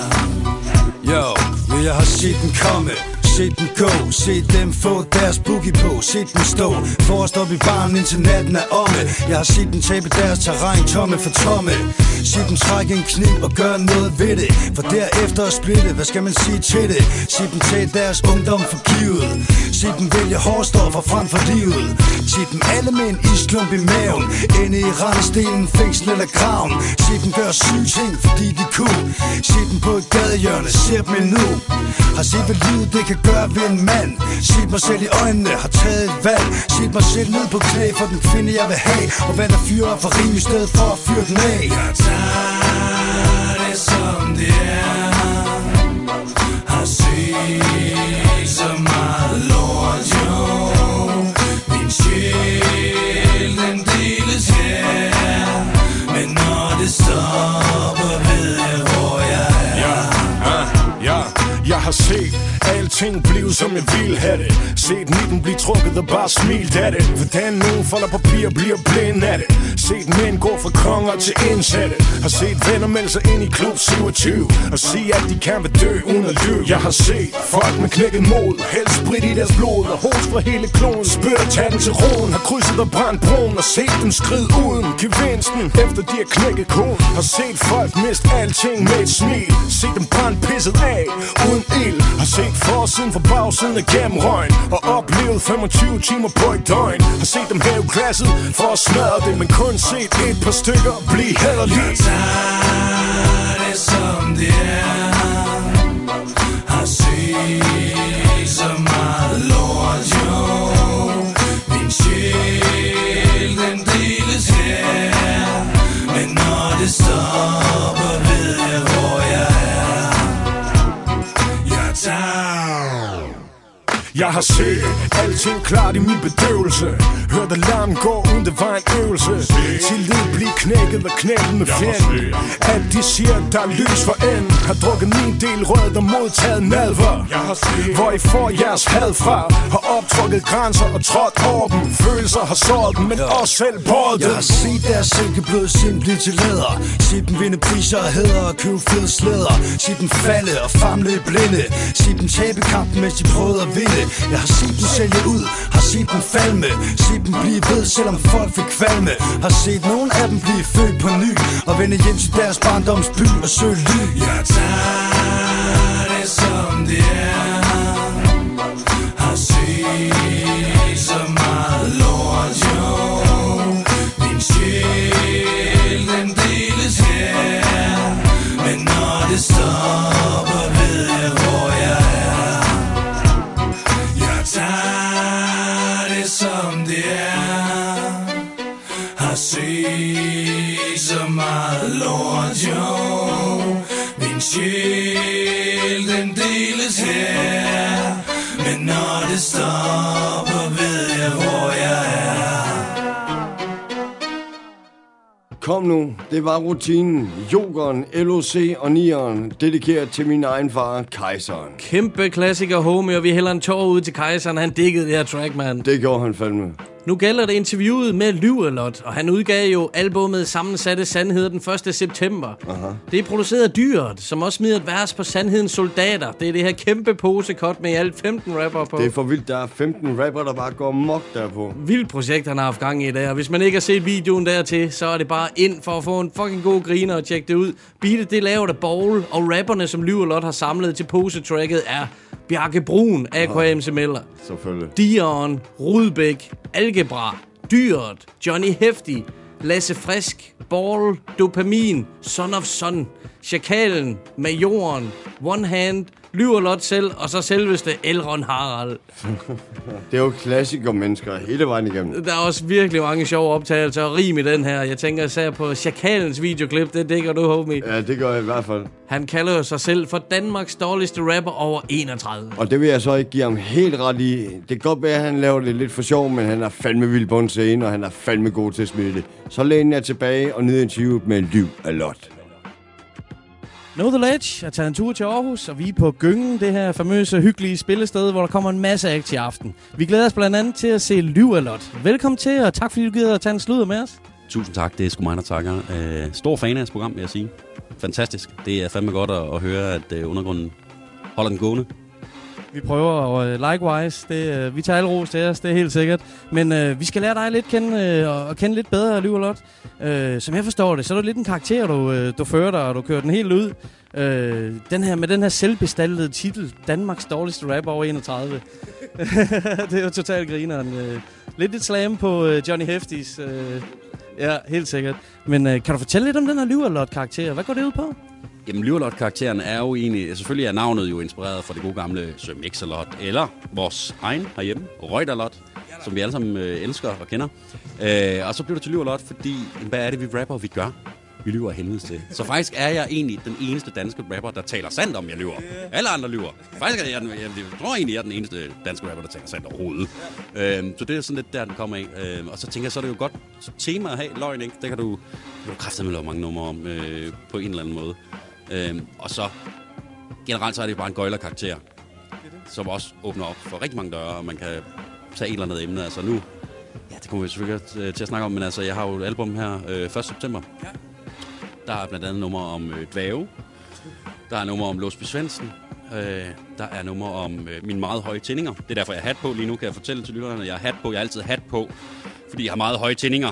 S12: er.
S14: Jo, jeg har set den komme, set dem gå, set dem få deres boogie på, set dem stå forrest op i baren indtil natten er omme. Jeg har set dem tabe deres terræn tomme for tomme, set dem trække en kniv og gøre noget ved det, for derefter at splitte, hvad skal man sige til det? Set dem tage deres ungdom for givet, set dem vælge hårdstoffer frem for livet, set dem alle med en isklump i maven, ende i randstenen, fængsel eller graven, set dem gøre syge ting, fordi de kunne, set dem på et gadehjørne, ser dem endnu, har set hvad livet det kan gøre ved en mand, set mig selv i øjnene, har taget et valg, set mig selv ned på knæ for den kvinde jeg vil have, og hvad der fyrer for rim i stedet for at fyre den af.
S12: Jeg tager det som det er. Har set så meget lort, jo. Min sjæl, den deles her. Men når det stopper, ved jeg, hvor jeg er.
S15: Jeg har set alting blive som jeg vil have det. Set 19 blive trukket og bare smilt af det. Hvordan nogen folder papir og bliver blind af det. Set mænd gå fra konger til indsatte. Har set venner melde sig ind i klub 27 og sige at de kan være dø uden at lyve. Jeg har set folk med knækket mod, helst sprit i deres blod og hos fra hele kloden. Spørg tage den til roden, har krydset og brændt broen og set dem skride uden gevinsten efter de har knækket koden. Har set folk miste alting med et smil. Set dem brænde pisset af uden ild. Har set forsiden fra bagsiden af gennem røgn og oplevet 25 timer på et døgn. Har set dem hæve glasset for at smadre det, men kun set et par stykker blive hæderlige.
S12: Jeg tager det som det er. Har set så meget lort, jo. Min sjæl, den deles her. Men når det stopper, ved jeg, hvor jeg er. Jeg tager
S15: Jeg har set alting klart i min bedøvelse. Hørt alarmen gå uden det var en øvelse. Tillid blive knækket og knækket med fjenden. Alt de siger, der er lys for enden. Har drukket min del rød og modtaget nadver. Hvor I får jeres had fra. Har optrukket grænser og trådt over dem. Følelser har såret dem, men også selv båret dem.
S14: Jeg har set deres silkeblød sind blive til læder. Set dem vinde priser og hæder og købe fede slæder. Set dem falde og famle i blinde. Set dem tabe kampen, mens de prøvede at vinde. Jeg har set dem sælge ud, har set dem falme. Set dem blive ved, selvom folk fik kvalme. Har set nogle af dem blive født på ny og vende hjem til deres barndomsby og søge ly.
S12: Jeg tager det som det er. Har set så meget lort, jo. Min sjæl, den deles her. Men når det stopper, ved jeg, hvor jeg er. Jeg tager det som det er. Har set så meget lort, jo. Min sjæl, den deles her. Men når det stopper, ved jeg, hvor jeg er.
S3: Kom nu, det var rutinen. Jokeren, LOC og Nieren, dedikeret til min egen far, Kejseren.
S4: Kæmpe klassiker, homie, og vi hælder en tår ud til Kejseren. Han diggede det her track, man.
S3: Det gjorde han fandme.
S4: Nu gælder det interviewet med Lyvelot, og han udgav jo albummet Sammensatte Sandheder den 1. september.
S3: Aha.
S4: Det er produceret af Dyret, som også smider et vers på Sandhedens Soldater. Det er det her kæmpe posekot med i alt 15 rapper på.
S3: Det er for vildt, der er 15 rapper, der bare går mok derpå.
S4: Vildt projekt, han har haft gang i der. Og hvis man ikke har set videoen dertil, så er det bare ind for at få en fucking god griner og tjekke det ud. Beatet, det er lavet af Bowl, og rapperne, som Lyvelot har samlet til posetracket, er Bjarke Brun, a.k.a. MC Miller.
S3: Selvfølgelig.
S4: Dion, Rudbæk, Algebra, Dyret, Johnny Hefti, Lasse Frisk, Ball, Dopamin, Son of Son, Chakalen, Majoren, One Hand, Lyvelot selv, og så selveste Elron Harald.
S3: Det er jo klassikere mennesker hele vejen igennem.
S4: Der er også virkelig mange sjove optagelser og rim i den her. Jeg tænker især på Chakalens videoklip, det dækker du, homie.
S3: Ja, det gør jeg i hvert fald.
S4: Han kalder jo sig selv for Danmarks dårligste rapper over 31.
S3: Og det vil jeg så ikke give ham helt ret i. Det kan godt være, at han laver det lidt for sjov, men han er fandme vild på en scene, og han er fandme god til at smide det. Så læner jeg tilbage og ned interviewet med Lyvelot.
S4: Know the Ledge er taget en tur til Aarhus, og vi er på Gyngen, det her famøse, hyggelige spillested, hvor der kommer en masse act i aften. Vi glæder os blandt andet til at se Lyvelot. Velkommen til, og tak fordi du gider at tage en sludder med os.
S16: Tusind tak, det er sgu mig, der takker. Stor fan af jeres program, vil jeg sige. Fantastisk. Det er fandme godt at høre, at undergrunden holder den gående. Vi
S4: prøver, og likewise, vi tager alle ros til os, det er helt sikkert. Men vi skal lære dig lidt kende lidt bedre, Lyvelot. Som jeg forstår det, så er du lidt en karakter, du fører dig, og du kører den helt ud. Med den her selvbestaltede titel, Danmarks dårligste rapper over 31. Det er jo totalt grineren. Lidt et slam på Johnny Heftis. Ja, helt sikkert. Men kan du fortælle lidt om den her Lyvelot-karakter? Hvad går det ud på?
S16: Jamen, Lyvelot-karakteren er jo egentlig... Selvfølgelig er navnet jo inspireret fra det gode gamle Sir Mix-a-Lot, eller vores egen herhjemme, Reuterlot, som vi alle sammen elsker og kender. Og så blev det til Lyvelot, fordi hvad er det, vi rapper, vi gør? Vi lyver af helvede til. Så faktisk er jeg egentlig den eneste danske rapper, der taler sandt om, jeg lyver. Alle andre lyver. Faktisk er jeg tror egentlig, jeg er den eneste danske rapper, der taler sandt overhovedet. Så det er sådan lidt der, den kommer af. Og så tænker jeg, så er det jo godt tema at have løgn, ikke? Det kan du kraftedeme lave mange numre om på en eller anden måde. Og så generelt så er det bare en gøjlerkarakter, som også åbner op for rigtig mange døre, og man kan tage et eller andet emne. Altså nu, ja, det kommer vi selvfølgelig til at snakke om, men altså, jeg har jo et album her 1. september. Ja. Der er blandt andet nummer om dvæve. Der er nummer om Låsby Svendsen. Der er nummer om mine meget høje tændinger. Det er derfor, jeg har hat på lige nu, kan jeg fortælle til lytterne. Jeg har hat på, jeg har altid hat på, fordi jeg har meget høje tændinger.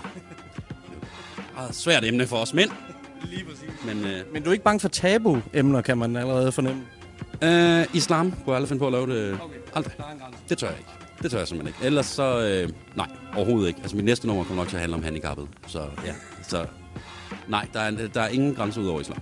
S16: Meget svært emne for os mænd.
S4: Lige præcis. Men du er ikke bange for tabu-emner, kan man allerede fornemme?
S16: Islam kunne jeg aldrig finde på at lave det. Okay. Aldrig. Det tør jeg ikke. Det tør jeg simpelthen ikke. Ellers så... nej, overhovedet ikke. Altså mit næste nummer kommer nok til at handle om handicappet. Så ja, så... Nej, der er ingen grænser ud over islam.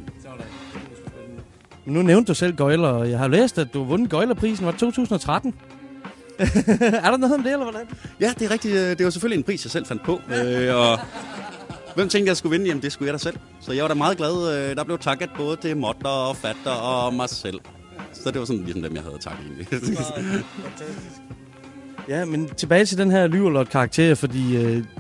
S4: Nu nævnte du selv gøjler, og jeg har læst, at du har vundet gøjlerprisen. Var det 2013? Er der noget om det, eller hvordan?
S16: Ja, det er rigtigt. Det var selvfølgelig en pris, jeg selv fandt på. Og hvem tænkte, jeg skulle vinde? Jamen, det skulle jeg da selv. Så jeg var da meget glad. Der blev takket både til Motter og Fatter og mig selv. Så det var sådan ligesom dem, jeg havde takket egentlig.
S4: Fantastisk. Ja, men tilbage til den her Lyverlot-karakter, fordi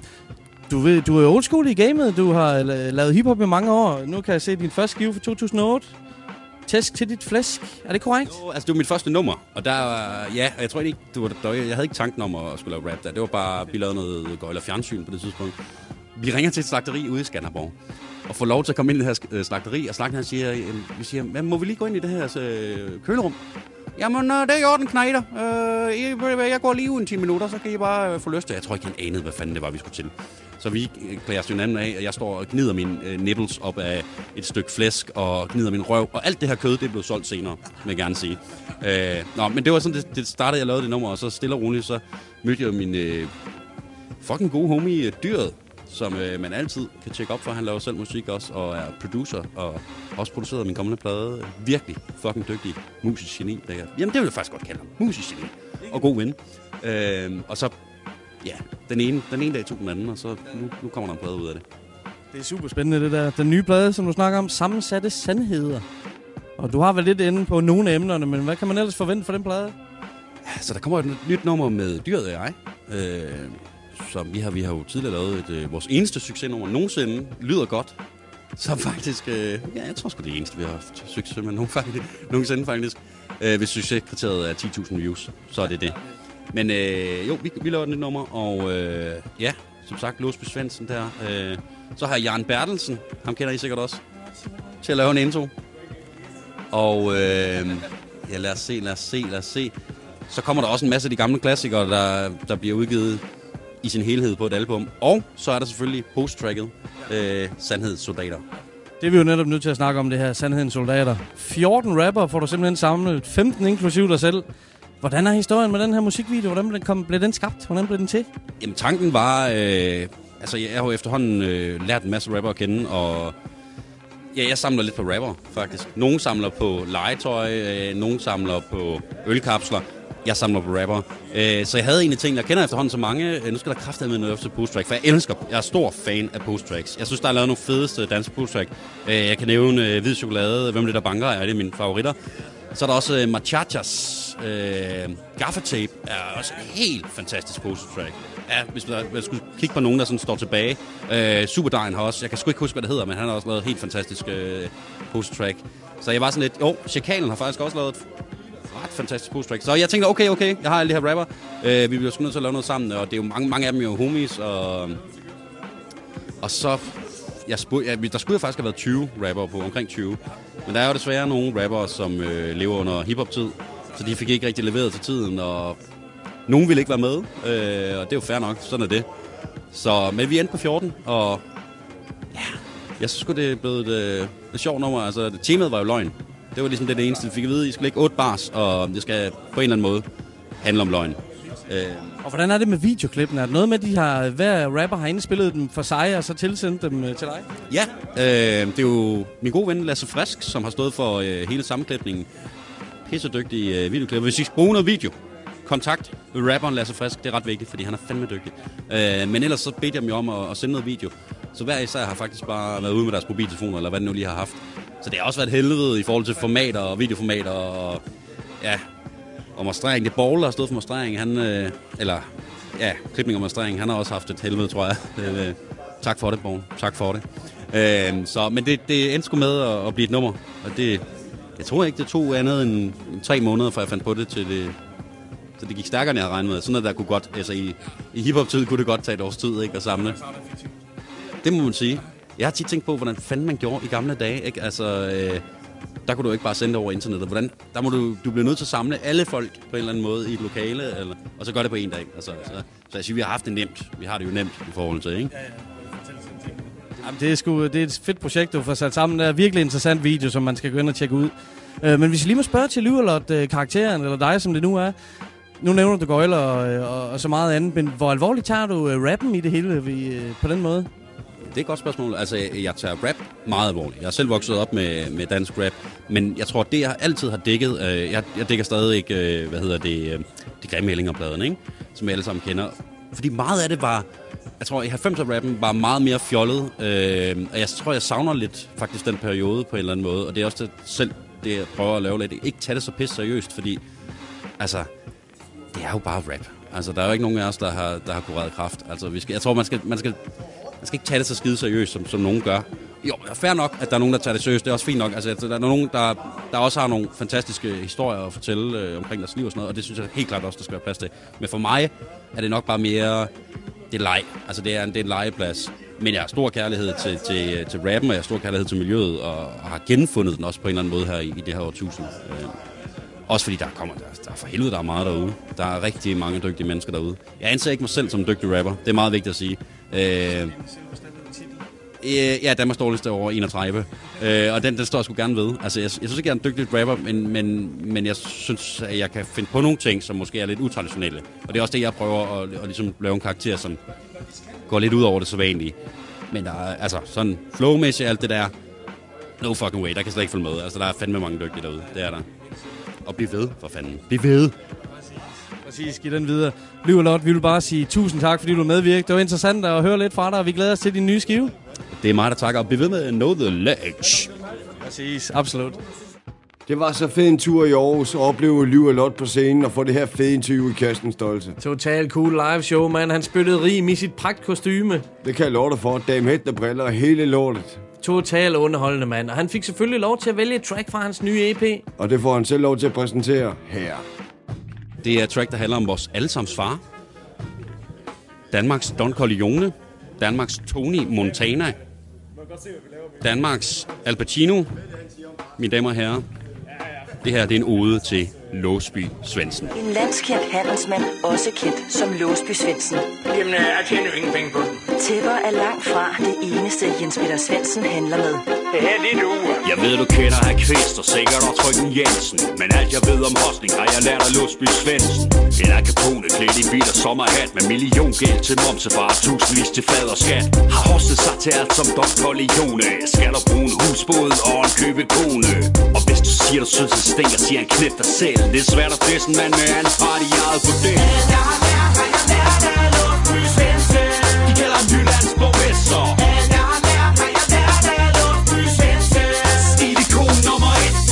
S4: du er old school i gamet. Du har lavet hiphop i mange år. Nu kan jeg se din første skive fra 2008. Tæsk til dit flæsk. Er det korrekt?
S16: Jo, altså det var mit første nummer. Og der ja, og jeg tror ikke, jeg havde ikke tanken om at skulle lave rap der. Det var bare, vi lavede noget gøjler fjernsyn på det tidspunkt. Vi ringer til et slagteri ude i Skanderborg. Og får lov til at komme ind i det her slagteri. Og slagteren siger, må vi lige gå ind i det her kølerum? Jamen, det er i orden, knejder. Jeg går lige uden 10 minutter, så kan I bare få lyst til. Jeg tror ikke, han anede, hvad fanden det var, vi skulle til. Så vi klæder os hinanden af, og jeg står og gnider mine nipples op af et stykke flæsk, og gnider min røv. Og alt det her kød, det er blevet solgt senere, vil jeg gerne sige. Men det var sådan, det startede, jeg lavede det nummer, og så stille og roligt, så mødte jeg min fucking gode homie Dyret, som man altid kan tjekke op for. Han laver selv musik også, og er producer, og også produceret min kommende plade. Virkelig fucking dygtig musisk geni. Jamen, det vil jeg faktisk godt kalde ham. Musisk geni. Og god ven. Og så, ja, den ene dag tog den anden, og så nu kommer der en plade ud af det.
S4: Det er super spændende, det der. Den nye plade, som du snakker om, Sammensatte Sandheder. Og du har vel lidt inde på nogle af emnerne, men hvad kan man ellers forvente for den plade?
S16: Ja, så der kommer et nyt nummer med Dyret og jeg. Så vi har jo tidligere lavet vores eneste succesnummer nogensinde. Lyder godt. Så faktisk, jeg tror sgu det eneste, vi har haft succes med nogensinde faktisk. Hvis succeskriteriet er 10.000 views, så er det det. Men jo, vi laver et nyt nummer, og ja, som sagt, Låsby Svendsen der. Så har Jan Bertelsen, ham kender I sikkert også, til at lave en intro. Og ja, lad os se. Så kommer der også en masse af de gamle klassikere, der bliver udgivet i sin helhed på et album. Og så er der selvfølgelig post-tracket, Sandhedens Soldater.
S4: Det er vi jo netop nødt til at snakke om, det her Sandhedens Soldater. 14 rapper får du simpelthen samlet, 15 inklusiv dig selv. Hvordan er historien med den her musikvideo? Hvordan blev den skabt? Hvordan blev den til?
S16: Jamen, tanken var... altså, jeg har jo efterhånden lært en masse rapper at kende, og... Ja, jeg samler lidt på rapper, faktisk. Nogle samler på legetøj, nogle samler på ølkapsler. Jeg samler på rapper. Så jeg havde egentlig tænkt, jeg kender efterhånden så mange. Nu skal der kraftedeme med noget efter post-track, for jeg er stor fan af post-tracks. Jeg synes, der er lavet nogle fedeste danske post-track. Jeg kan nævne Hvid Chokolade, Hvem det der banker, er det mine favoritter. Så er der også Machachas. Gaffatape er også en helt fantastisk post-track. Ja, hvis man skulle kigge på nogen, der sådan står tilbage. Superdejen har også, jeg kan sgu ikke huske, hvad det hedder, men han har også lavet helt fantastisk post-track. Så jeg var sådan lidt, Chakalen har faktisk også lavet et ret fantastisk post-track. Så jeg tænkte, okay, jeg har alle de her rapper. Vi bliver sgu nødt til at lave noget sammen, og det er jo mange af dem jo homies, og så... der skulle faktisk have været 20 rapper på, omkring 20. Men der er jo desværre nogle rapper, som lever under hiphop-tid, så de fik ikke rigtig leveret til tiden, og nogen ville ikke være med, og det er jo fair nok, sådan er det. Så, men vi endte på 14, og ja, jeg synes det er blevet et sjovt nummer. Altså, temaet var jo løgn. Det var ligesom det eneste, vi fik at vide. I skal lægge 8 bars, og det skal på en eller anden måde handle om løgn.
S4: Og hvordan er det med videoklippene? Er det noget med, hver rapper har indspillet dem for sig, og så tilsendt dem til dig?
S16: Ja, det er jo min gode ven Lasse Frisk, som har stået for hele sammenklipningen. Pissedygtig videoklipper. Hvis I skal bruge noget video, kontakt med rapperen Lasse Frisk. Det er ret vigtigt, fordi han er fandme dygtig. Men ellers så bedte jeg dem om at sende noget video. Så hver især har faktisk bare været ude med deres mobiltelefoner, eller hvad det nu lige har haft. Så det har også været helvede i forhold til formater og videoformater og ja... Og Mastering, det er Borg, der har stået for Mastering, klipning og Mastering, han har også haft et helvede, tror jeg. Tak for det, Borg. Tak for det. Men det endte sgu med at blive et nummer, og det, jeg tror ikke, det tog andet end 3 måneder, før jeg fandt på det til det. Så det gik stærkere, end jeg havde regnet med. Sådan noget, der kunne godt, altså i hiphop-tid kunne det godt tage et års tid, ikke, at samle. Det må man sige. Jeg har tit tænkt på, hvordan fanden man gjorde i gamle dage, ikke? Altså... Der kunne du ikke bare sende det over internettet. Der må du bliver nødt til at samle alle folk på en eller anden måde i et lokale, og så gør det på en dag. Altså, så jeg siger, vi har haft det nemt. Vi har det jo nemt i forhold til, ikke?
S4: Jamen, det er et fedt projekt, du får sat sammen. Det er virkelig interessant video, som man skal gå ind og tjekke ud. Men hvis jeg lige må spørge til Lyverlot-karakteren, eller dig, som det nu er. Nu nævner du gøjler og så meget andet, men hvor alvorligt tager du rappen i det hele på den måde?
S16: Det er et godt spørgsmål. Altså, jeg tager rap meget alvorligt. Jeg har selv vokset op med dansk rap, men jeg tror, det jeg altid har dækket, jeg dækker stadig ikke, de grimme Ællinger-pladerne, ikke? Som jeg alle sammen kender. Fordi meget af det var, jeg tror, i 90'er-rappen var meget mere fjollet, og jeg tror, jeg savner lidt faktisk den periode på en eller anden måde, og det er også selv det jeg prøver at lave lidt. Ikke tage det så pisse seriøst, fordi altså, det er jo bare rap. Altså, der er jo ikke nogen af os, der har kureret kræft. Altså, jeg tror, man skal ikke tage det så skide seriøst, som nogen gør. Jo, fair nok, at der er nogen, der tager det seriøst. Det er også fint nok. Altså, der er nogen, der også har nogle fantastiske historier at fortælle omkring deres liv og sådan noget, og det synes jeg helt klart også, der skal være plads til. Men for mig er det nok bare mere... Det er leg. Altså, det er en legeplads. Men jeg har stor kærlighed til rappen, og jeg har stor kærlighed til miljøet, og har genfundet den også på en eller anden måde her i det her årtusind. Også fordi der er for helvede, der er meget derude. Der er rigtig mange dygtige mennesker derude. Jeg anser ikke mig selv som en dygtig rapper. Det er meget vigtigt at sige. Ja, Danmarks dårligste over 31. Og den står jeg sgu gerne ved. Altså, jeg synes ikke, jeg er en dygtig rapper, men jeg synes, at jeg kan finde på nogle ting, som måske er lidt utraditionelle. Og det er også det, jeg prøver at ligesom lave en karakter, som går lidt ud over det sædvanlige. Men der er altså sådan flowmæssigt alt det der. No fucking way, der kan slet ikke følge med. Altså, der er fandme mange dygtige derude. Det er der. Og bliv ved, for fanden. Bliv ved.
S4: Præcis, giv den videre. Liv og Lot, vi vil bare sige tusind tak, fordi du medvirkede. Det var interessant at høre lidt fra dig, og vi glæder os til din nye skive.
S16: Det er mig, der takker, og bliv ved med Know the Ledge.
S4: Præcis, absolut.
S3: Det var så fed en tur i Aarhus at opleve Liv og Lot på scenen og få det her fede interview i Kirsten Stoltze.
S4: Total cool live show, mand. Han spyttede rim i sit pragtkostyme.
S3: Det kan jeg love dig for. Dame Hættende briller og hele lortet.
S4: Total underholdende, mand. Og han fik selvfølgelig lov til at vælge et track fra hans nye EP.
S3: Og det får han selv lov til at præsentere her.
S16: Det er et track, der handler om vores allesammens far. Danmarks Don Corleone. Danmarks Tony Montana. Danmarks Al Pacino. Mine damer og herrer, det her det er en ode til Låsby Svendsen.
S17: En landskendt handelsmand, også kendt som Låsby Svendsen.
S10: Jamen, jeg tjener jo ingen penge på den.
S17: Tæpper er langt fra det eneste, Jens Peter Svendsen handler med.
S10: Det her, det er du.
S7: Jeg ved, du kender Herr Kvist og sikkert og Trykken Jensen. Men alt jeg ved om hostning har jeg lært af Låsby Svendsen. En Al Capone klædt i hvidt og sommerhat med milliongæld til momsefar, tusindvis til fad og skat. Har hostet sig til alt som Don Corleone. Skal der bruge en husbåd og en købekone. Og hvis du siger, du synes, det stinker, siger han knæft dig selv. Det er svært at disse en mand med anden part i eget på det.
S12: Jeg har lært af Låsby Svendsen.
S7: De kalder ham Jyllands borgmester.
S12: Jeg har lært af Låsby Svendsen.
S7: Stil-ikon nummer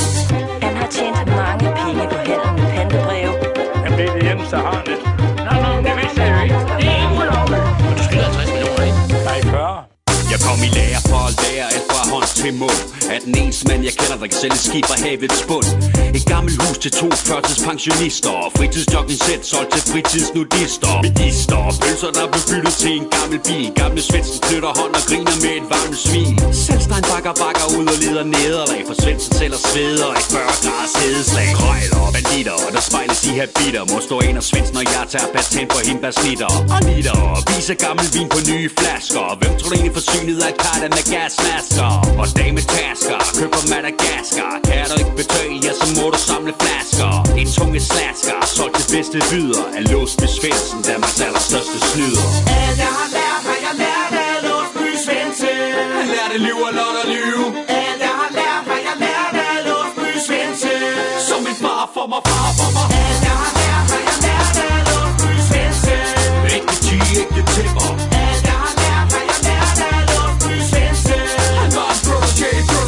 S7: 1.
S17: Han har tjent mange penge på handel med pantebreve.
S10: Jamen, det er det eneste, jeg har lidt. Nå, det vidste jeg jo ikke. Det er ikke ulovligt.
S7: Men du skylder 50 millioner, ikke?
S10: Nej, 40.
S7: Jeg kom i lære for at lære alt fra hånd til mund. At den eneste mand jeg kender, der kan sælge skib fra havets bund. Et gammelt hus til 2 førtidspensionister. Fritidsjogging-sæt solgt til fritidsnudister. Medister og pølser, der blev byttet til en gammel bil. Gamle Svendsen knytter hånd og griner med et varmt smil. Selvstein bakker ud og leder nederlag. For Svendsen sælger sveder i 40 graders hedeslag. Krejler og banditter, der spejles i habiter. Må stå ind og Svendsen og jeg tager patent på hindbærsnitter. Og nitter og viser gammel vin på nye flasker. Hvem tror du egentlig forsynet af karter med gasmasker? Og dame tasker, køber Madagaskar. Kan du ikke betale, ja så må du samle flasker. En tunge slasker, solgt til bedste byder. Af Låsby Svendsen, Danmarks allerstørste snyder.
S12: Alt jeg har lært af Låsby Svendsen.
S7: Han lærte Liv og Lot at lyve.
S12: Alt jeg har lært af Låsby Svendsen.
S7: Som min far for mig, far for mig.
S12: Alt jeg har lært af Låsby Svendsen.
S7: Ægte tyge, ægte tipper.
S12: Alt jeg har lært af Låsby Svendsen.
S7: Han var en protégé.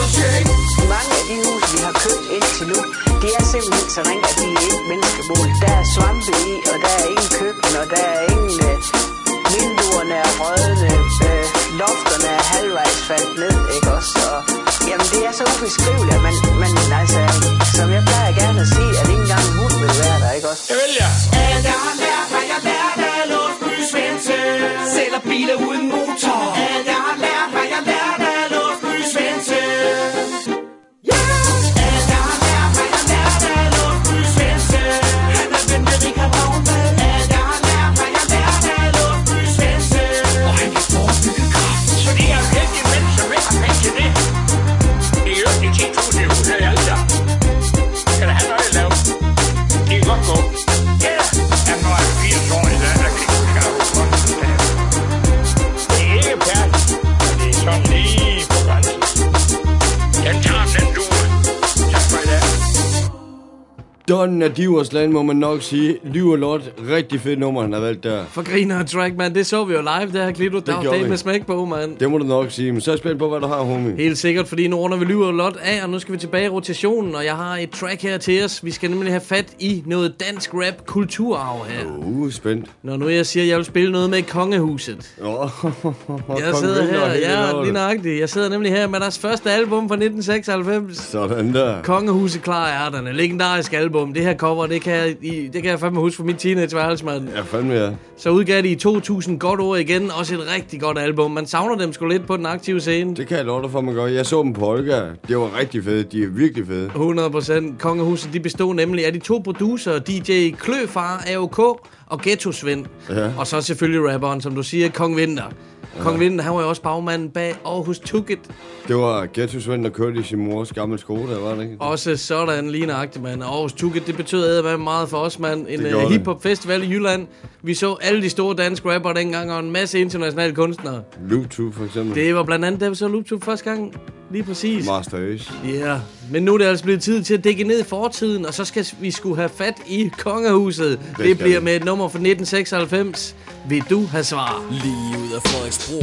S18: Mange af de huse, vi har købt indtil nu, det er simpelthen så ringe, at de er ikke menneskemål. Der er svampe i, og der er ingen køkken, og der er ingen vinduerne er rødne, lofterne er halvvejs faldt ned, ikke også? Og, jamen, det er så ubeskriveligt, men altså, som jeg plejer gerne at sige, at ikke engang en hund vil være der, ikke også?
S10: Det vil jeg.
S12: Alt jeg har lært af Låsby Svendsen.
S7: Sælger biler uden motor.
S12: Alt jeg har lært af Låsby Svendsen.
S3: Ånden af Divers Land, må man nok sige. Liv og Lot, rigtig fedt nummer, han har valgt der.
S4: For griner og track, man. Det så vi jo live, det her Klito. Der var det med smæk på, mand.
S3: Det må du nok sige, men så er jeg spændt på, hvad du har, homie.
S4: Helt sikkert, fordi nu runder vi Liv og Lot af, og nu skal vi tilbage i rotationen, og jeg har et track her til os. Vi skal nemlig have fat i noget dansk rap kulturarv her.
S3: Spændt.
S4: Når nu jeg siger, at jeg vil spille noget med Kongehuset. Jeg sidder her, lige nøjagtigt. Jeg sidder nemlig her med deres første album fra 1996.
S3: Sådan der.
S4: Kongehuset klar ærterne. Legendarisk album. Det her cover, det kan jeg fandme huske fra min teenageværelse, mand.
S3: Ja, fandme ja.
S4: Så udgav de i 2000 godt år igen. Også et rigtig godt album. Man savner dem sgu lidt på den aktive scene.
S3: Det kan jeg love dig for, man gør. Jeg så dem på Olga. Det var rigtig fede. De er virkelig fede.
S4: 100%. Kongehuset, de bestod nemlig af de to producer, DJ Kløfar, AOK og Ghetto Svend. Ja. Og så selvfølgelig rapperen, som du siger, Kong Vinter. Ja. Kong Vinter, han var jo også bagmanden bag Aarhus Took It.
S3: Det var Ghetto Svend, der kørte i sin mors gamle Skoda, var det ikke?
S4: Også sådan lige nøjagtigt, mand. Aarhus Took It, det betød meget for os, mand. En hip-hop festival i Jylland. Vi så alle de store danske rapper dengang, og en masse internationale kunstnere.
S3: Loop for eksempel.
S4: Det var blandt andet, da vi så Loop første gang. Lige præcis.
S3: Master Ace.
S4: Ja, yeah. Men nu er det altså blevet tid til at dække ned i fortiden, og så skal vi skulle have fat i Kongehuset. Det bliver med et nummer fra 1996. Vil du have svar?
S7: Lige ud af Frederiksbro.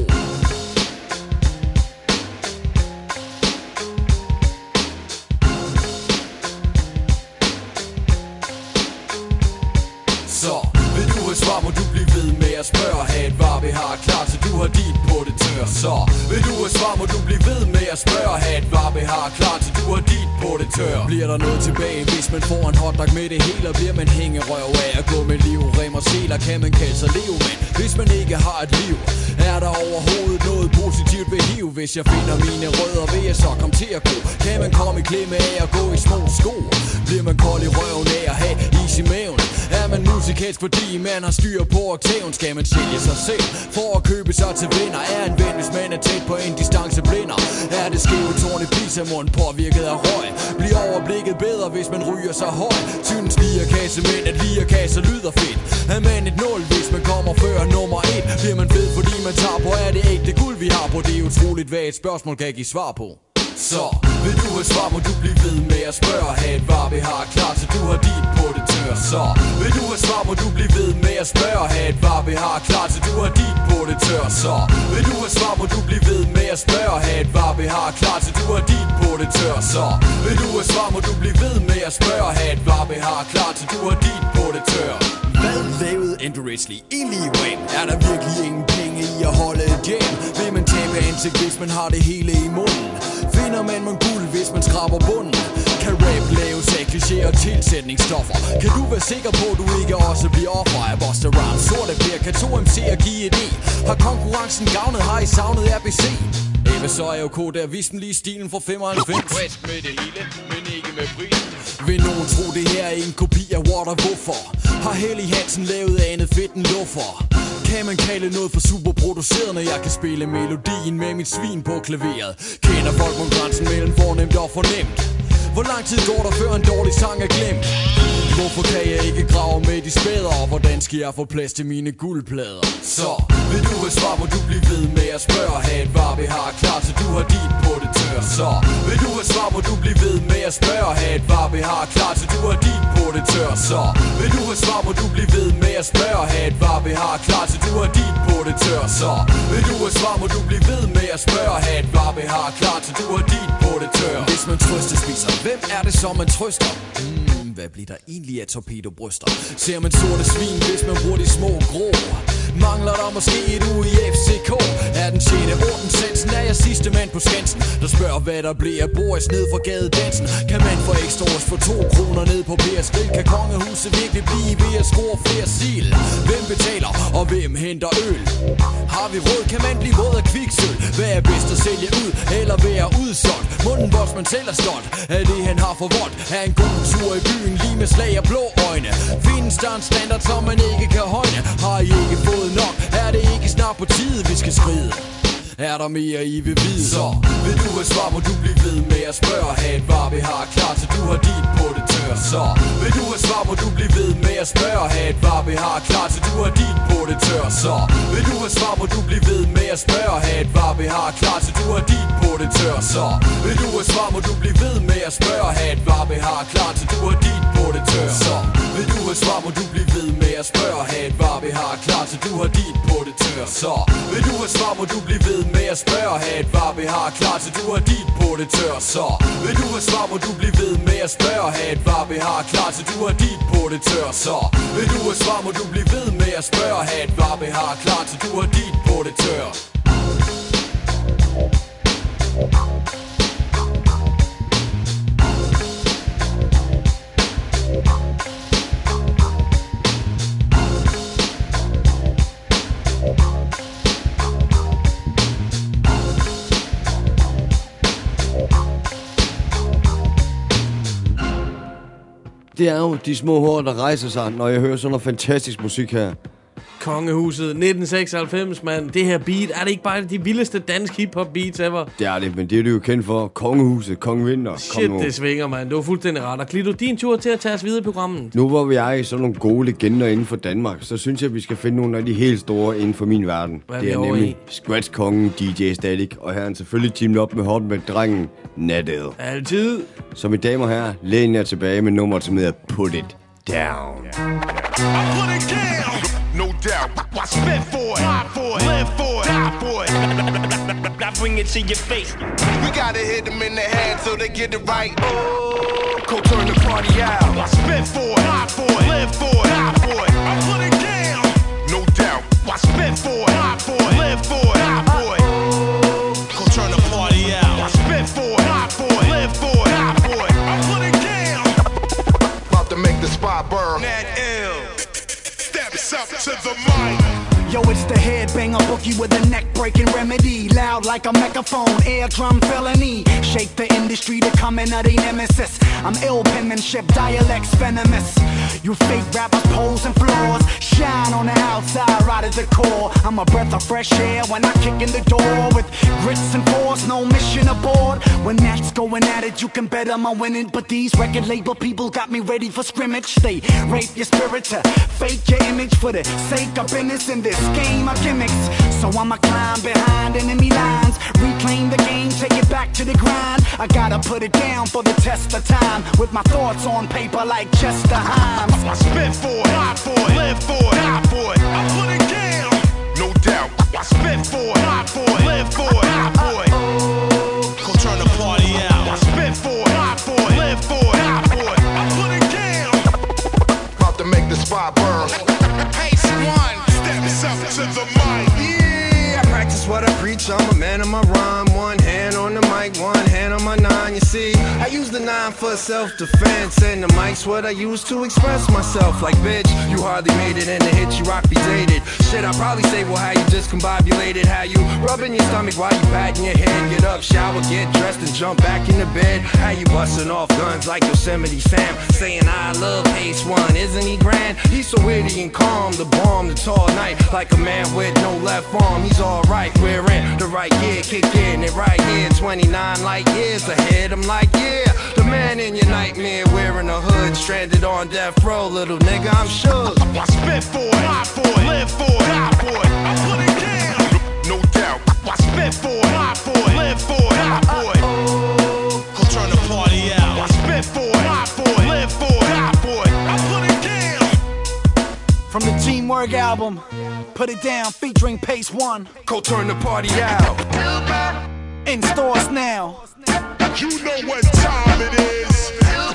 S7: Så vil du have svar, må du blive ved med at spørge. Ha' et var vi har klar, så du har dit på det tør. Så vil du have svar, må du blive ved med at spørge. Ha' et var vi har klar, så du har dit på det tør. Bliver der noget tilbage, hvis man får en hotdog med det hele? Bliver man hængerøv af at gå med liv? Rem og seler kan man kalde sig liv, men hvis man ikke har et liv, er der overhovedet noget positivt ved hiv? Hvis jeg finder mine rødder, vil jeg så komme til at gå? Kan man komme i klemme af at gå i små sko? Bliver man kold i røven af at have is i maven? Er man musikalsk, fordi man har styr på oktaven? Skal man sælge sig selv for at købe sig til venner? Er en ven, hvis man er tæt på en distance blinder? Er det skæve tårn i pisamund påvirket af røg? Bliver overblikket bedre, hvis man ryger sig høj? Synes lierkasse, men at lierkasse lyder fedt. Er man et 0, hvis man kommer før nummer 1? Bliver man fed, fordi man tager på? Er det ægte guld, vi har på? Det er utroligt, hvad et spørgsmål kan give svar på. Så vil du have svar, må du blive ved med at spørge. Ha' et var vi har klar, så du har dit på det tør. Så vil du have svar, må du blive ved med at spørge. Ha' et var vi har klar, så du har dit på det tør. Så vil du have svar, må du blive ved med at spørge. Ha' et var vi har klar, så du har dit på det tør. Så vil du have svar, må du blive ved med at spørge. Ha' et var vi har klar, så du har dit på det tør. Hvad lavede Andrew Ridgeley egentlig i rap? Er der virkelig ingen penge i at holde et jam? Vil man tabe ansigt, hvis man har det hele i munden? Finder man guld, hvis man skraber bunden? Kan rap laves af klichéer og tilsætningsstoffer? Kan du være sikker på, at du ikke også bliver offer af Busta Rhymes? Sorte Per, kan 2 MC'er give et E? Har konkurrencen gavnet? Har I savnet RBC? Hvad så er jo K, der viste den lige stilen fra 95? Frisk med det hele, men ikke med prisen. Vil nogen tro, det her er en kopi af What og Hvorfor? Har Helly Hansen lavet andet fedt end luffer? Kan man kalde noget for superproduceret, når jeg kan spille melodien med mit svin på klaveret? Kender folk på grænsen mellem fornemt og fornemt? Hvor lang tid går der før en dårlig sang er glemt? Hvorfor kan jeg ikke grave med de spæder? Og hvordan skal jeg få plads til mine guldplader? Så vil du have svar, må du blive ved med at spørge. Ha' et var vi har klar, så du har dit på det tør. Så vil du have svar, må du blive ved med at spørge. Ha' et var vi har klar, så du har dit på det tør. Så vil du have svar, må du blive ved med at spørge. Ha' et var vi har klar, så du har dit på det tør. Så vil du have svar, må du blive ved med at spørge. Ha' et var vi har klar, så du har dit på det tør. Hvis man trøstespiser, hvem er det så man trøster? Hvad bliver der egentlig af torpedobryster? Ser man sorte svin, hvis man bruger de små grå? Mangler der måske et uge i FCK? Er den 6. ordensensen? Er jeg sidste mand på Skansen? Der spørger hvad der blev af Boris ned fra gadedansen? Kan man få ekstra års for 2 kroner ned på Pers Grill? Kan kongehuset virkelig blive ved at score flere sil? Hvem betaler, og hvem henter øl? Har vi råd, kan man blive våd af kviksøl? Hvad er bedst at sælge ud, eller være udsolgt? Munden boss, man selv er stolt af det han har forvoldt. Er en god tur i byen, lige med slag og blå øjne? Findes der en standard, som man ikke kan højne? Har I ikke fået nok? Er det ikke snart på tide, vi skal skride? Er der mere I vil vide? Så vil du have svar, må du blive ved med at spørge. Ha' et var vi har klar til du har dit på det tør. Så vil du have svar, må du blive ved med at spørge. Ha' et var vi har klar til du har dit på det tør. Så vil du have svar, må du blive ved med at spørge. Ha' et var vi har klar til du har dit på det tør. Så vil du have svar, må du blive ved med at spørge. Ha' et var vi har klar til du har dit på det tør. Så vil du have svar, må du blive ved med at spørge. Ha' et var vi har klar til du har dit på det tør. Så vil du have svar, må du blive ved med at spørge. Ha' et var vi har klar til du har dit på det tør. Så vil du have svar, må du blive ved med at spørge. Ha' et var vi har klar til du har dit på det tør. Så vil du have svar, må du blive ved med at spørge. Ha' et var vi har klar til du har dit på det tør.
S3: Det er jo de små hår, der rejser sig, når jeg hører sådan noget fantastisk musik her.
S4: Kongehuset, 1996, mand. Det her beat, er det ikke bare de vildeste dansk hiphop beats ever?
S3: Det er det, men det er det jo kendt for. Kongehuset, Kong Vinter.
S4: Shit, det svinger, mand. Du var fuldstændig ret. Og Klito, din tur til at tage os videre i programmet.
S3: Nu hvor vi er i sådan nogle gode legender inden for Danmark, så synes jeg, at vi skal finde nogle af de helt store inden for min verden. Det er nemlig Scratch-kongen DJ Static, og her er han selvfølgelig teamet op med hotman-drengen Natad.
S4: Altid.
S3: Så mine damer og herrer, læn jer tilbage med nummeret, som hedder Put It Down.
S19: No doubt, I spit for it, die for it, live for it, die for it. I bring it to your face. We gotta hit them in the head so they get it right. Oh, go turn the party out. I spit for it, die for it, live for it, die for it. I put it down. No doubt, I spit for it, die for it, live for it, die for it. Go turn the party out. I spit for it, die for it, live for it, die for it. I put it down. About to make the spot burn. Nat ill. Steps up to the mic.
S20: Yo, it's the headbanger bookie with a neck-breaking remedy. Loud like a megaphone, eardrum felony. Shake the industry to come in at a nemesis. I'm ill penmanship, dialects venomous. You fake rappers posing flaws. Shine on the outside, right at the core. I'm a breath of fresh air when I kick in the door. With grits and force, no mission aboard. When that's going at it, you can bet I'm winning. But these record label people got me ready for scrimmage. They rape your spirit to fake your image for the sake of business in this game of gimmicks. So I'ma climb behind enemy lines, reclaim the game, take it back to the grind. I gotta put it down for the test of time, with my thoughts on paper like Chester Himes.
S19: I spit for it, die for it, live for it, die for it. I put it down. No doubt, I spit for it, die for it, live for it, die for it. Go turn the party out. I spit for it, die for it, live for it, die for it. I put it down. About to make the spot burn. Pace one. Steps up to the mic.
S21: Yeah, I practice what I preach. I'm a man of my rhyme. One hand on the mic, one hand on my nine. You see, I use the nine for self-defense, and the mic's what I use to express myself. Like, bitch, you hardly made it, and the hit you rock be dated. Shit, I probably say, well, how you discombobulated, how you rubbing your stomach while you patting your head. Get up, shower, get dressed, and jump back in the bed. How you busting off guns like Yosemite Sam, saying I love Pace One, isn't he grand? He's so witty and calm, the bomb, the tall night, like a man with no left arm. He's alright, we're in the right gear, kick in it right here. 29 light years ahead, I'm like, yeah, the man in your nightmare, wearing a hood, stranded on death row, little nigga, I'm shook.
S19: I spit for it, die for it, live for it, die for it. I put it down. No doubt, I spit for it, die for it, live for it, die for it. Go turn the party out. I spit for it, die for it, live for it, die for it. I put it down.
S20: From the Teamwork album, Put It Down, featuring Pace One.
S21: Go turn the party out.
S20: In stores now.
S19: You know what time it is.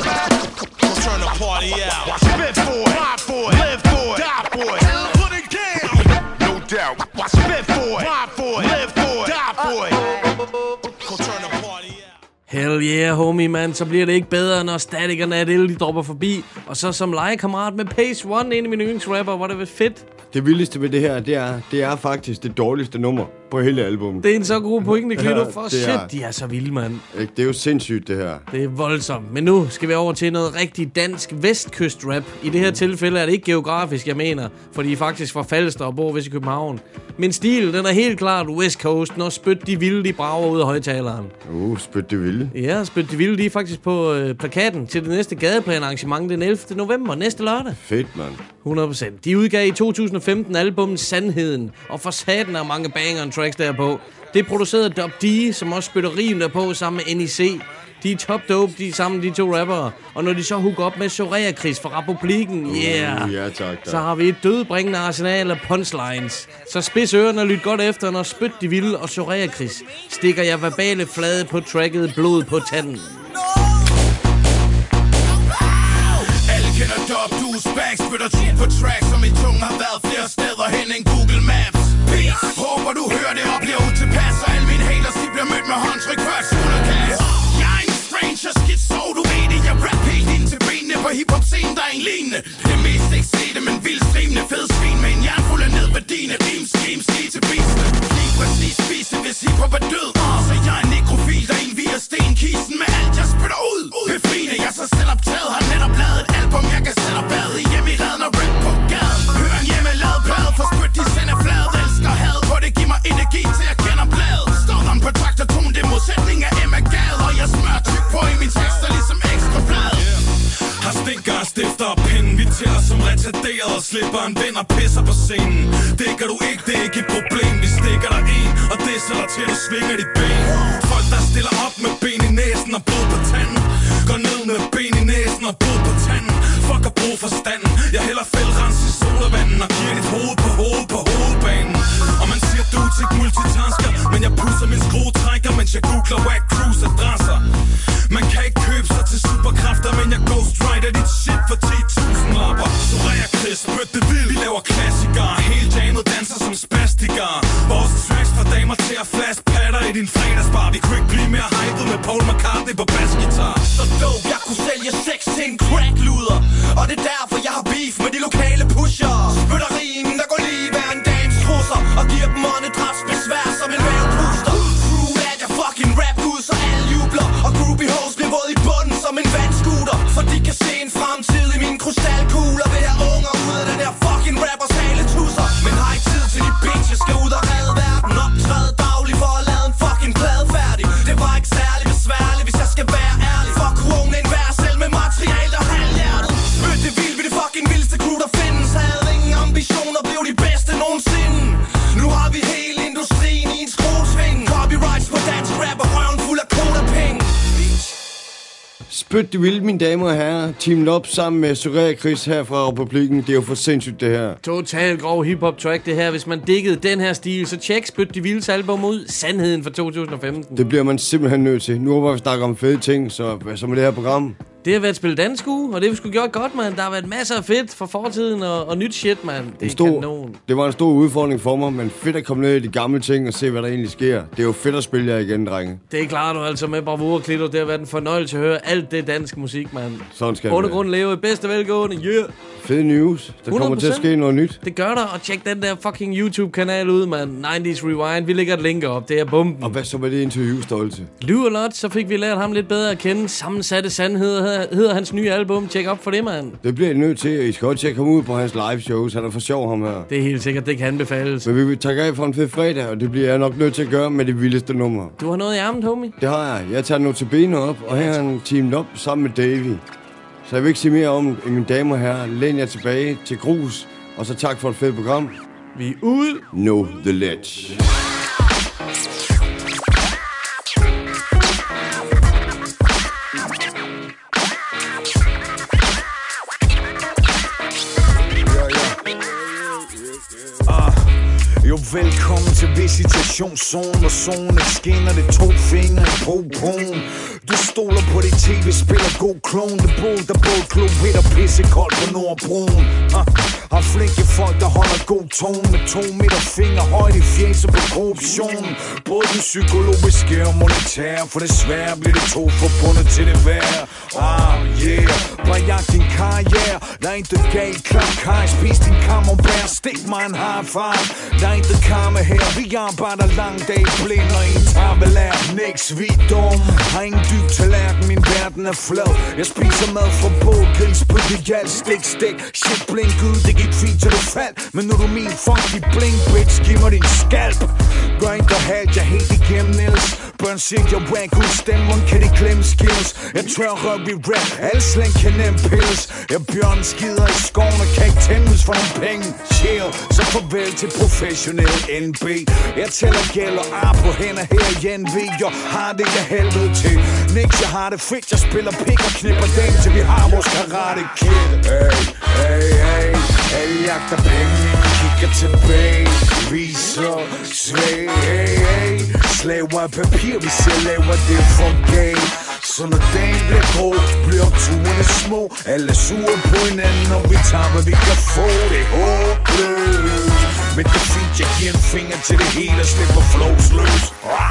S19: Go turn the party out. I spit for it, die for it, live for it, die for it. Put it down. No doubt. I spit for it, die for it, live for it, die for it. Go turn the party out.
S4: Hell yeah, homie, man. Så bliver det ikke bedre, når Static og Nat Ill, de dropper forbi. Og så som legekammerat med Pace One, en af mine yndlingsrapper, hvor det var fedt.
S3: Det vildeste ved det her, det er faktisk det dårligste nummer på hele albummet.
S4: Det er en så god pointe, Klito. For
S3: det
S4: shit,
S3: er-
S4: de er så vilde, mand.
S3: Det er jo sindssygt, det her.
S4: Det er voldsomt. Men nu skal vi over til noget rigtig dansk vestkyst-rap. I det her tilfælde er det ikke geografisk, jeg mener, for de er faktisk fra Falster og bor vist i København. Men stil, den er helt klart West Coast, når Spyt de Vilde, de brager ud af højtaleren.
S3: Spyt de Vilde.
S4: Ja, Spyt de Vilde, de er faktisk på plakaten til det næste gadeplan-arrangement den 11. november, næste lørdag.
S3: Fedt, mand.
S4: 100%. De udgav i 2015 albummet Sandheden, og for satan er mange banger and tracks derpå. Det er produceret af Dub D, som også spytter rim derpå sammen med NEC. De er top dope, de er sammen, de to rappere. Og når de så hooker op med Soraya Chris fra Republikken,
S3: Ja, tak.
S4: så har vi et dødbringende arsenal af punchlines. Så spids ørerne og lyt godt efter, når Spyt de Vilde og Soraya Chris stikker jeg verbale flade på tracket Blod på tanden.
S19: Alle kender Dub D's back, spytter tro på tracks, som i tunge har været flere steder hen end Google Maps. Peace. Håber du hører det og bliver utilpas, og alle mine haters de bliver mødt med håndtryk før skolekasse. Jeg er en stranger, skidt så du ved det. Jeg rap helt ind til benene på hiphop-scenen, der er en lignende. Det mest ikke sete, men vildt streamende fed svin med en jern fuld af nedværdine. Rim, skim, ski til bisene. Lige præcis spise, hvis hiphop er død. Så jeg er en nekrofil, der indviger stenkisten med alt, jeg spytter ud. Befriende, jeg så selv optaget, har netop lavet et album, jeg kan sætte op bad i hjemme i raden og rap på gaden. Hør en hjemmelavet plade, for Spyt de sender flade. Elsker had på det, giver mig energi til at kende bladet. Stoderen på traktorton, det er modsætning af Emma Gade. Og jeg smør tyk på i min tekster, ligesom ekstra blad.
S1: Har stikker og stifter og pinden. Vi tæller som retarderet og slipper en ven og pisser på scenen. Dækker du ikke, det er ikke et problem. Vi stikker dig en, og det sætter til, at du svinger dit ben. Folk, der stiller op med ben i næsen og blod på tanden. Går ned med ben i næsen og blod på tanden. Fuck at bruge forstanden. Jeg hælder fældrens i solvanden og giver dit hoved på hovedbanen. Og man siger, du er til multitasker, men jeg pusser min skruetrækker, mens jeg googler Wack Crews adresser. Man kan ikke købe sig til superkræfter, men jeg ghostwriter dit shit for 10.000 lapper. Soraya Chris, Spyt det Vilde, vi laver klassikere. Helt jammet danser som spastikere. Vores tracks fra damer til at flash patter i din fredagsbar. Vi kunne ikke blive mere hyped med Paul McCartney på basgitar.
S19: Så dope, jeg kunne sælge sex til en crackluder. Og det er derfor, jeg har beef med de lokale pusher. Spytter rimen, der går lige hver en dames trusser. Og giver dem åndedrætsbesvær som en vævepuster. True at jeg fucking rap ud, så alle jubler. Og groupie hoes bliver våd i bunden som en vandscooter. For de kan se en fremtid i mine krystalkugler. Vil jeg unger ud af den her fucking rappers haletusser. Men har ikke tid til de bitch, jeg skal ud og redde verden. Optræde daglig for at lave en fucking plade færdig. Det var ikke særlig besværligt, hvis jeg skal være ærlig. For corona en vær selv med materiale der halvhjertet. Spyt det vildt, vi det fucking vildeste crew der findes. Havde ingen ambitioner, blev de bedste nogensinde. Nu har vi hele industrien i en skruesving. Copyrights på dansk rap og røven fuld af kodapenge.
S3: Spyt de Vilde, mine damer og herrer. Teamet op sammen med Soraya Chris her fra Republikken. Det er jo for sindssygt, det her.
S4: Total grov hip-hop track, det her. Hvis man diggede den her stil, så tjek Spyt de Vildes album ud. Sandheden fra 2015.
S3: Det bliver man simpelthen nødt til. Nu hvor vi snakker om fede ting, så hvad så med det her program?
S4: Det har været spillet dansk uge, og det har vi sgu gjort godt, mand. Der har været masser af fedt fra fortiden og nyt shit, mand. Det er kanon.
S3: Det var en stor udfordring for mig, men fedt at komme ned i de gamle ting og se, hvad der egentlig sker. Det er jo fedt at spille jer igen, drenge.
S4: Det klarer du altså med bravur, Klito. Det har været en fornøjelse at høre alt det danske musik, mand.
S3: Sådan skal det være.
S4: Undergrund lever i bedste velgående, yeah.
S3: Fed news. Der 100%. Kommer til at ske noget nyt.
S4: Det gør der, og tjek den der fucking YouTube-kanal ud, mand. 90's Rewind. Vi lægger et link op. Det er bomben.
S3: Og hvad så med det interviewstolte?
S4: Lyverlot, så fik vi lært ham lidt bedre at kende. Sammensatte Sandheder hedder hans nye album. Tjek op for det, mand.
S3: Det bliver I nødt til. I skal også tjekke ham ud på hans live shows. Han er for sjov, ham her.
S4: Det er helt sikkert, det kan anbefales.
S3: Men vi vil takke af for en fed fredag, og det bliver jeg nok nødt til at gøre med det vildeste nummer.
S4: Du har noget i ærmet, homie?
S3: Det har jeg. Jeg tager notabene op, og her er han teamet op sammen med Davy. Så jeg vil ikke sige mere om, mine damer og herrer. Læn jer tilbage til grus, og så tak for et fedt program.
S4: Vi er ude.
S3: Know the ledge.
S14: Jo, velkommen til visitationszone, hvor solen skinner, det 2 fingre i popoen. Du stoler på dit tv-spiller, god klon, det bål, der bål, klub, hit og pisse koldt på Nordbroen. Har flinke folk, der holder god tone med 2 meter finger højt i fjeset på korruptionen. Både den psykologiske og monetære, for desværre bliver det 2 forbundet til det værre. Bare jagt din karriere, der er intet galt, klar kaj, spis din kammerbær, stik mig en high five. Der er intet karma her, vi arbejder lang dag blind, og en tarvelær, niks, vi er dumme. Har ingen dyb tallerken, min verden er flad. Jeg spiser mad fra bådgris på det jalt, stik, shit, blink ud, det gik fint til det faldt. Men nu er du min funky blink, bitch, giv mig din skalp. Gør ikke der halt, jeg helt igennem Niels. Børn siger, jeg wank ud stemmen, kan de glemme skills. Jeg tør rugby rap, alle slæng kan nemt pilles. Jeg bjørn skider i skoven og kan ikke tændes for nogle penge. Chill, så farvel til professionel NB. Jeg tæller gæld og ar på hænder her i NV. Jeg har det jeg helvede til. Nix, jeg har det fedt, jeg spiller pik og knipper den, til vi har vores karate kid. Hey, jagter penge, kigger tilbage. Viser svag, slaver af papir, vi selv laver det for game. Så når dagen bliver grå, bliver opturene små. Alle sure på hinanden, og vi tager hvad vi kan få. Det er håbløst, men det er fint, jeg giver en finger til det hele og slipper flows løs.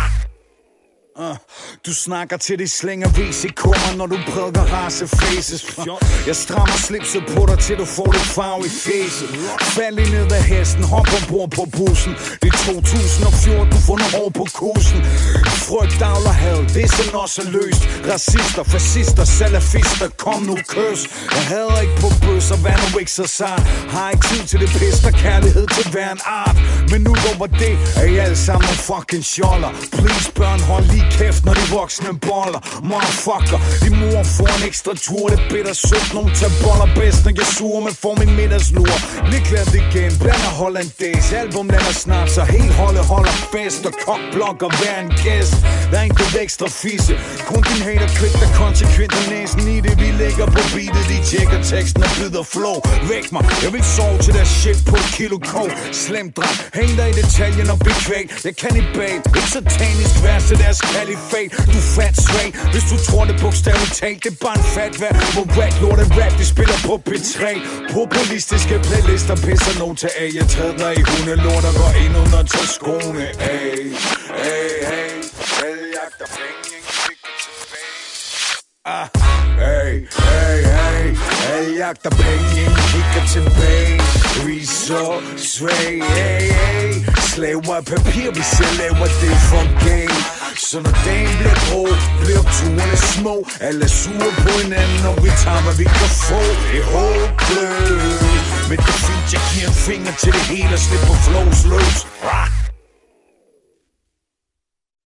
S14: Du snakker til de slængervis i kummer, når du prædiker racefaces. Jeg strammer slipset på dig, til du får det farve i fæset. Fald lige ned af hesten, hop ombord på bussen. Det er 2014, du får noget hår på kursen. Frygt, avler had, det er sådan også løst. Racister, fascister, salafister, kom nu køs. Jeg hader ikke på bøs, og vær nu ikke så sart. Har ikke tid til det pis, der kærlighed til hver en art. Men nu over det, er I alle sammen fucking sjoller. Please børn, hold lige kæft, når de voksne boller. Motherfucker, din mor får en ekstra tur. Det er bitter sødt, nogen tager boller bedst, når jeg suger, men får min middagslur. Bliv glemt igen, blander hollandaise. Album lander snart, så helt holder fest. Og kokblokker hver en gæst. Der er intet ekstra fisse. Kun din hater klik, der konsekvent er næsen i det. Vi ligger på beatet, de tjekker teksten og byder flow. Væk mig, jeg vil sove til der shit på et kilo coke. Slemt dreng, hæng dig i detaljen og bekvæg. Jeg kan i bag, ikke satanisk vers til deres kalifat. Du fat svag, hvis du tror det bogstaveligt talt. Det er bare en fat vær, hvor rap lort er rap, de spiller på P3. Populistiske playlister pisser nota af. Jeg træder i hundelort og går ind under til skoene. Hey, jagter penge, kigger tilbage. Hey, jagter penge, kigger tilbage. Vi så svag, slaver af papir, vi selv laver det for game. Så når dagen bliver grå, bliver turene små. Alle sure på hinanden, og vi tager hvad vi kan få. Det er håbløst, men det er fint, jeg giver en finger til det hele og slipper flows løs.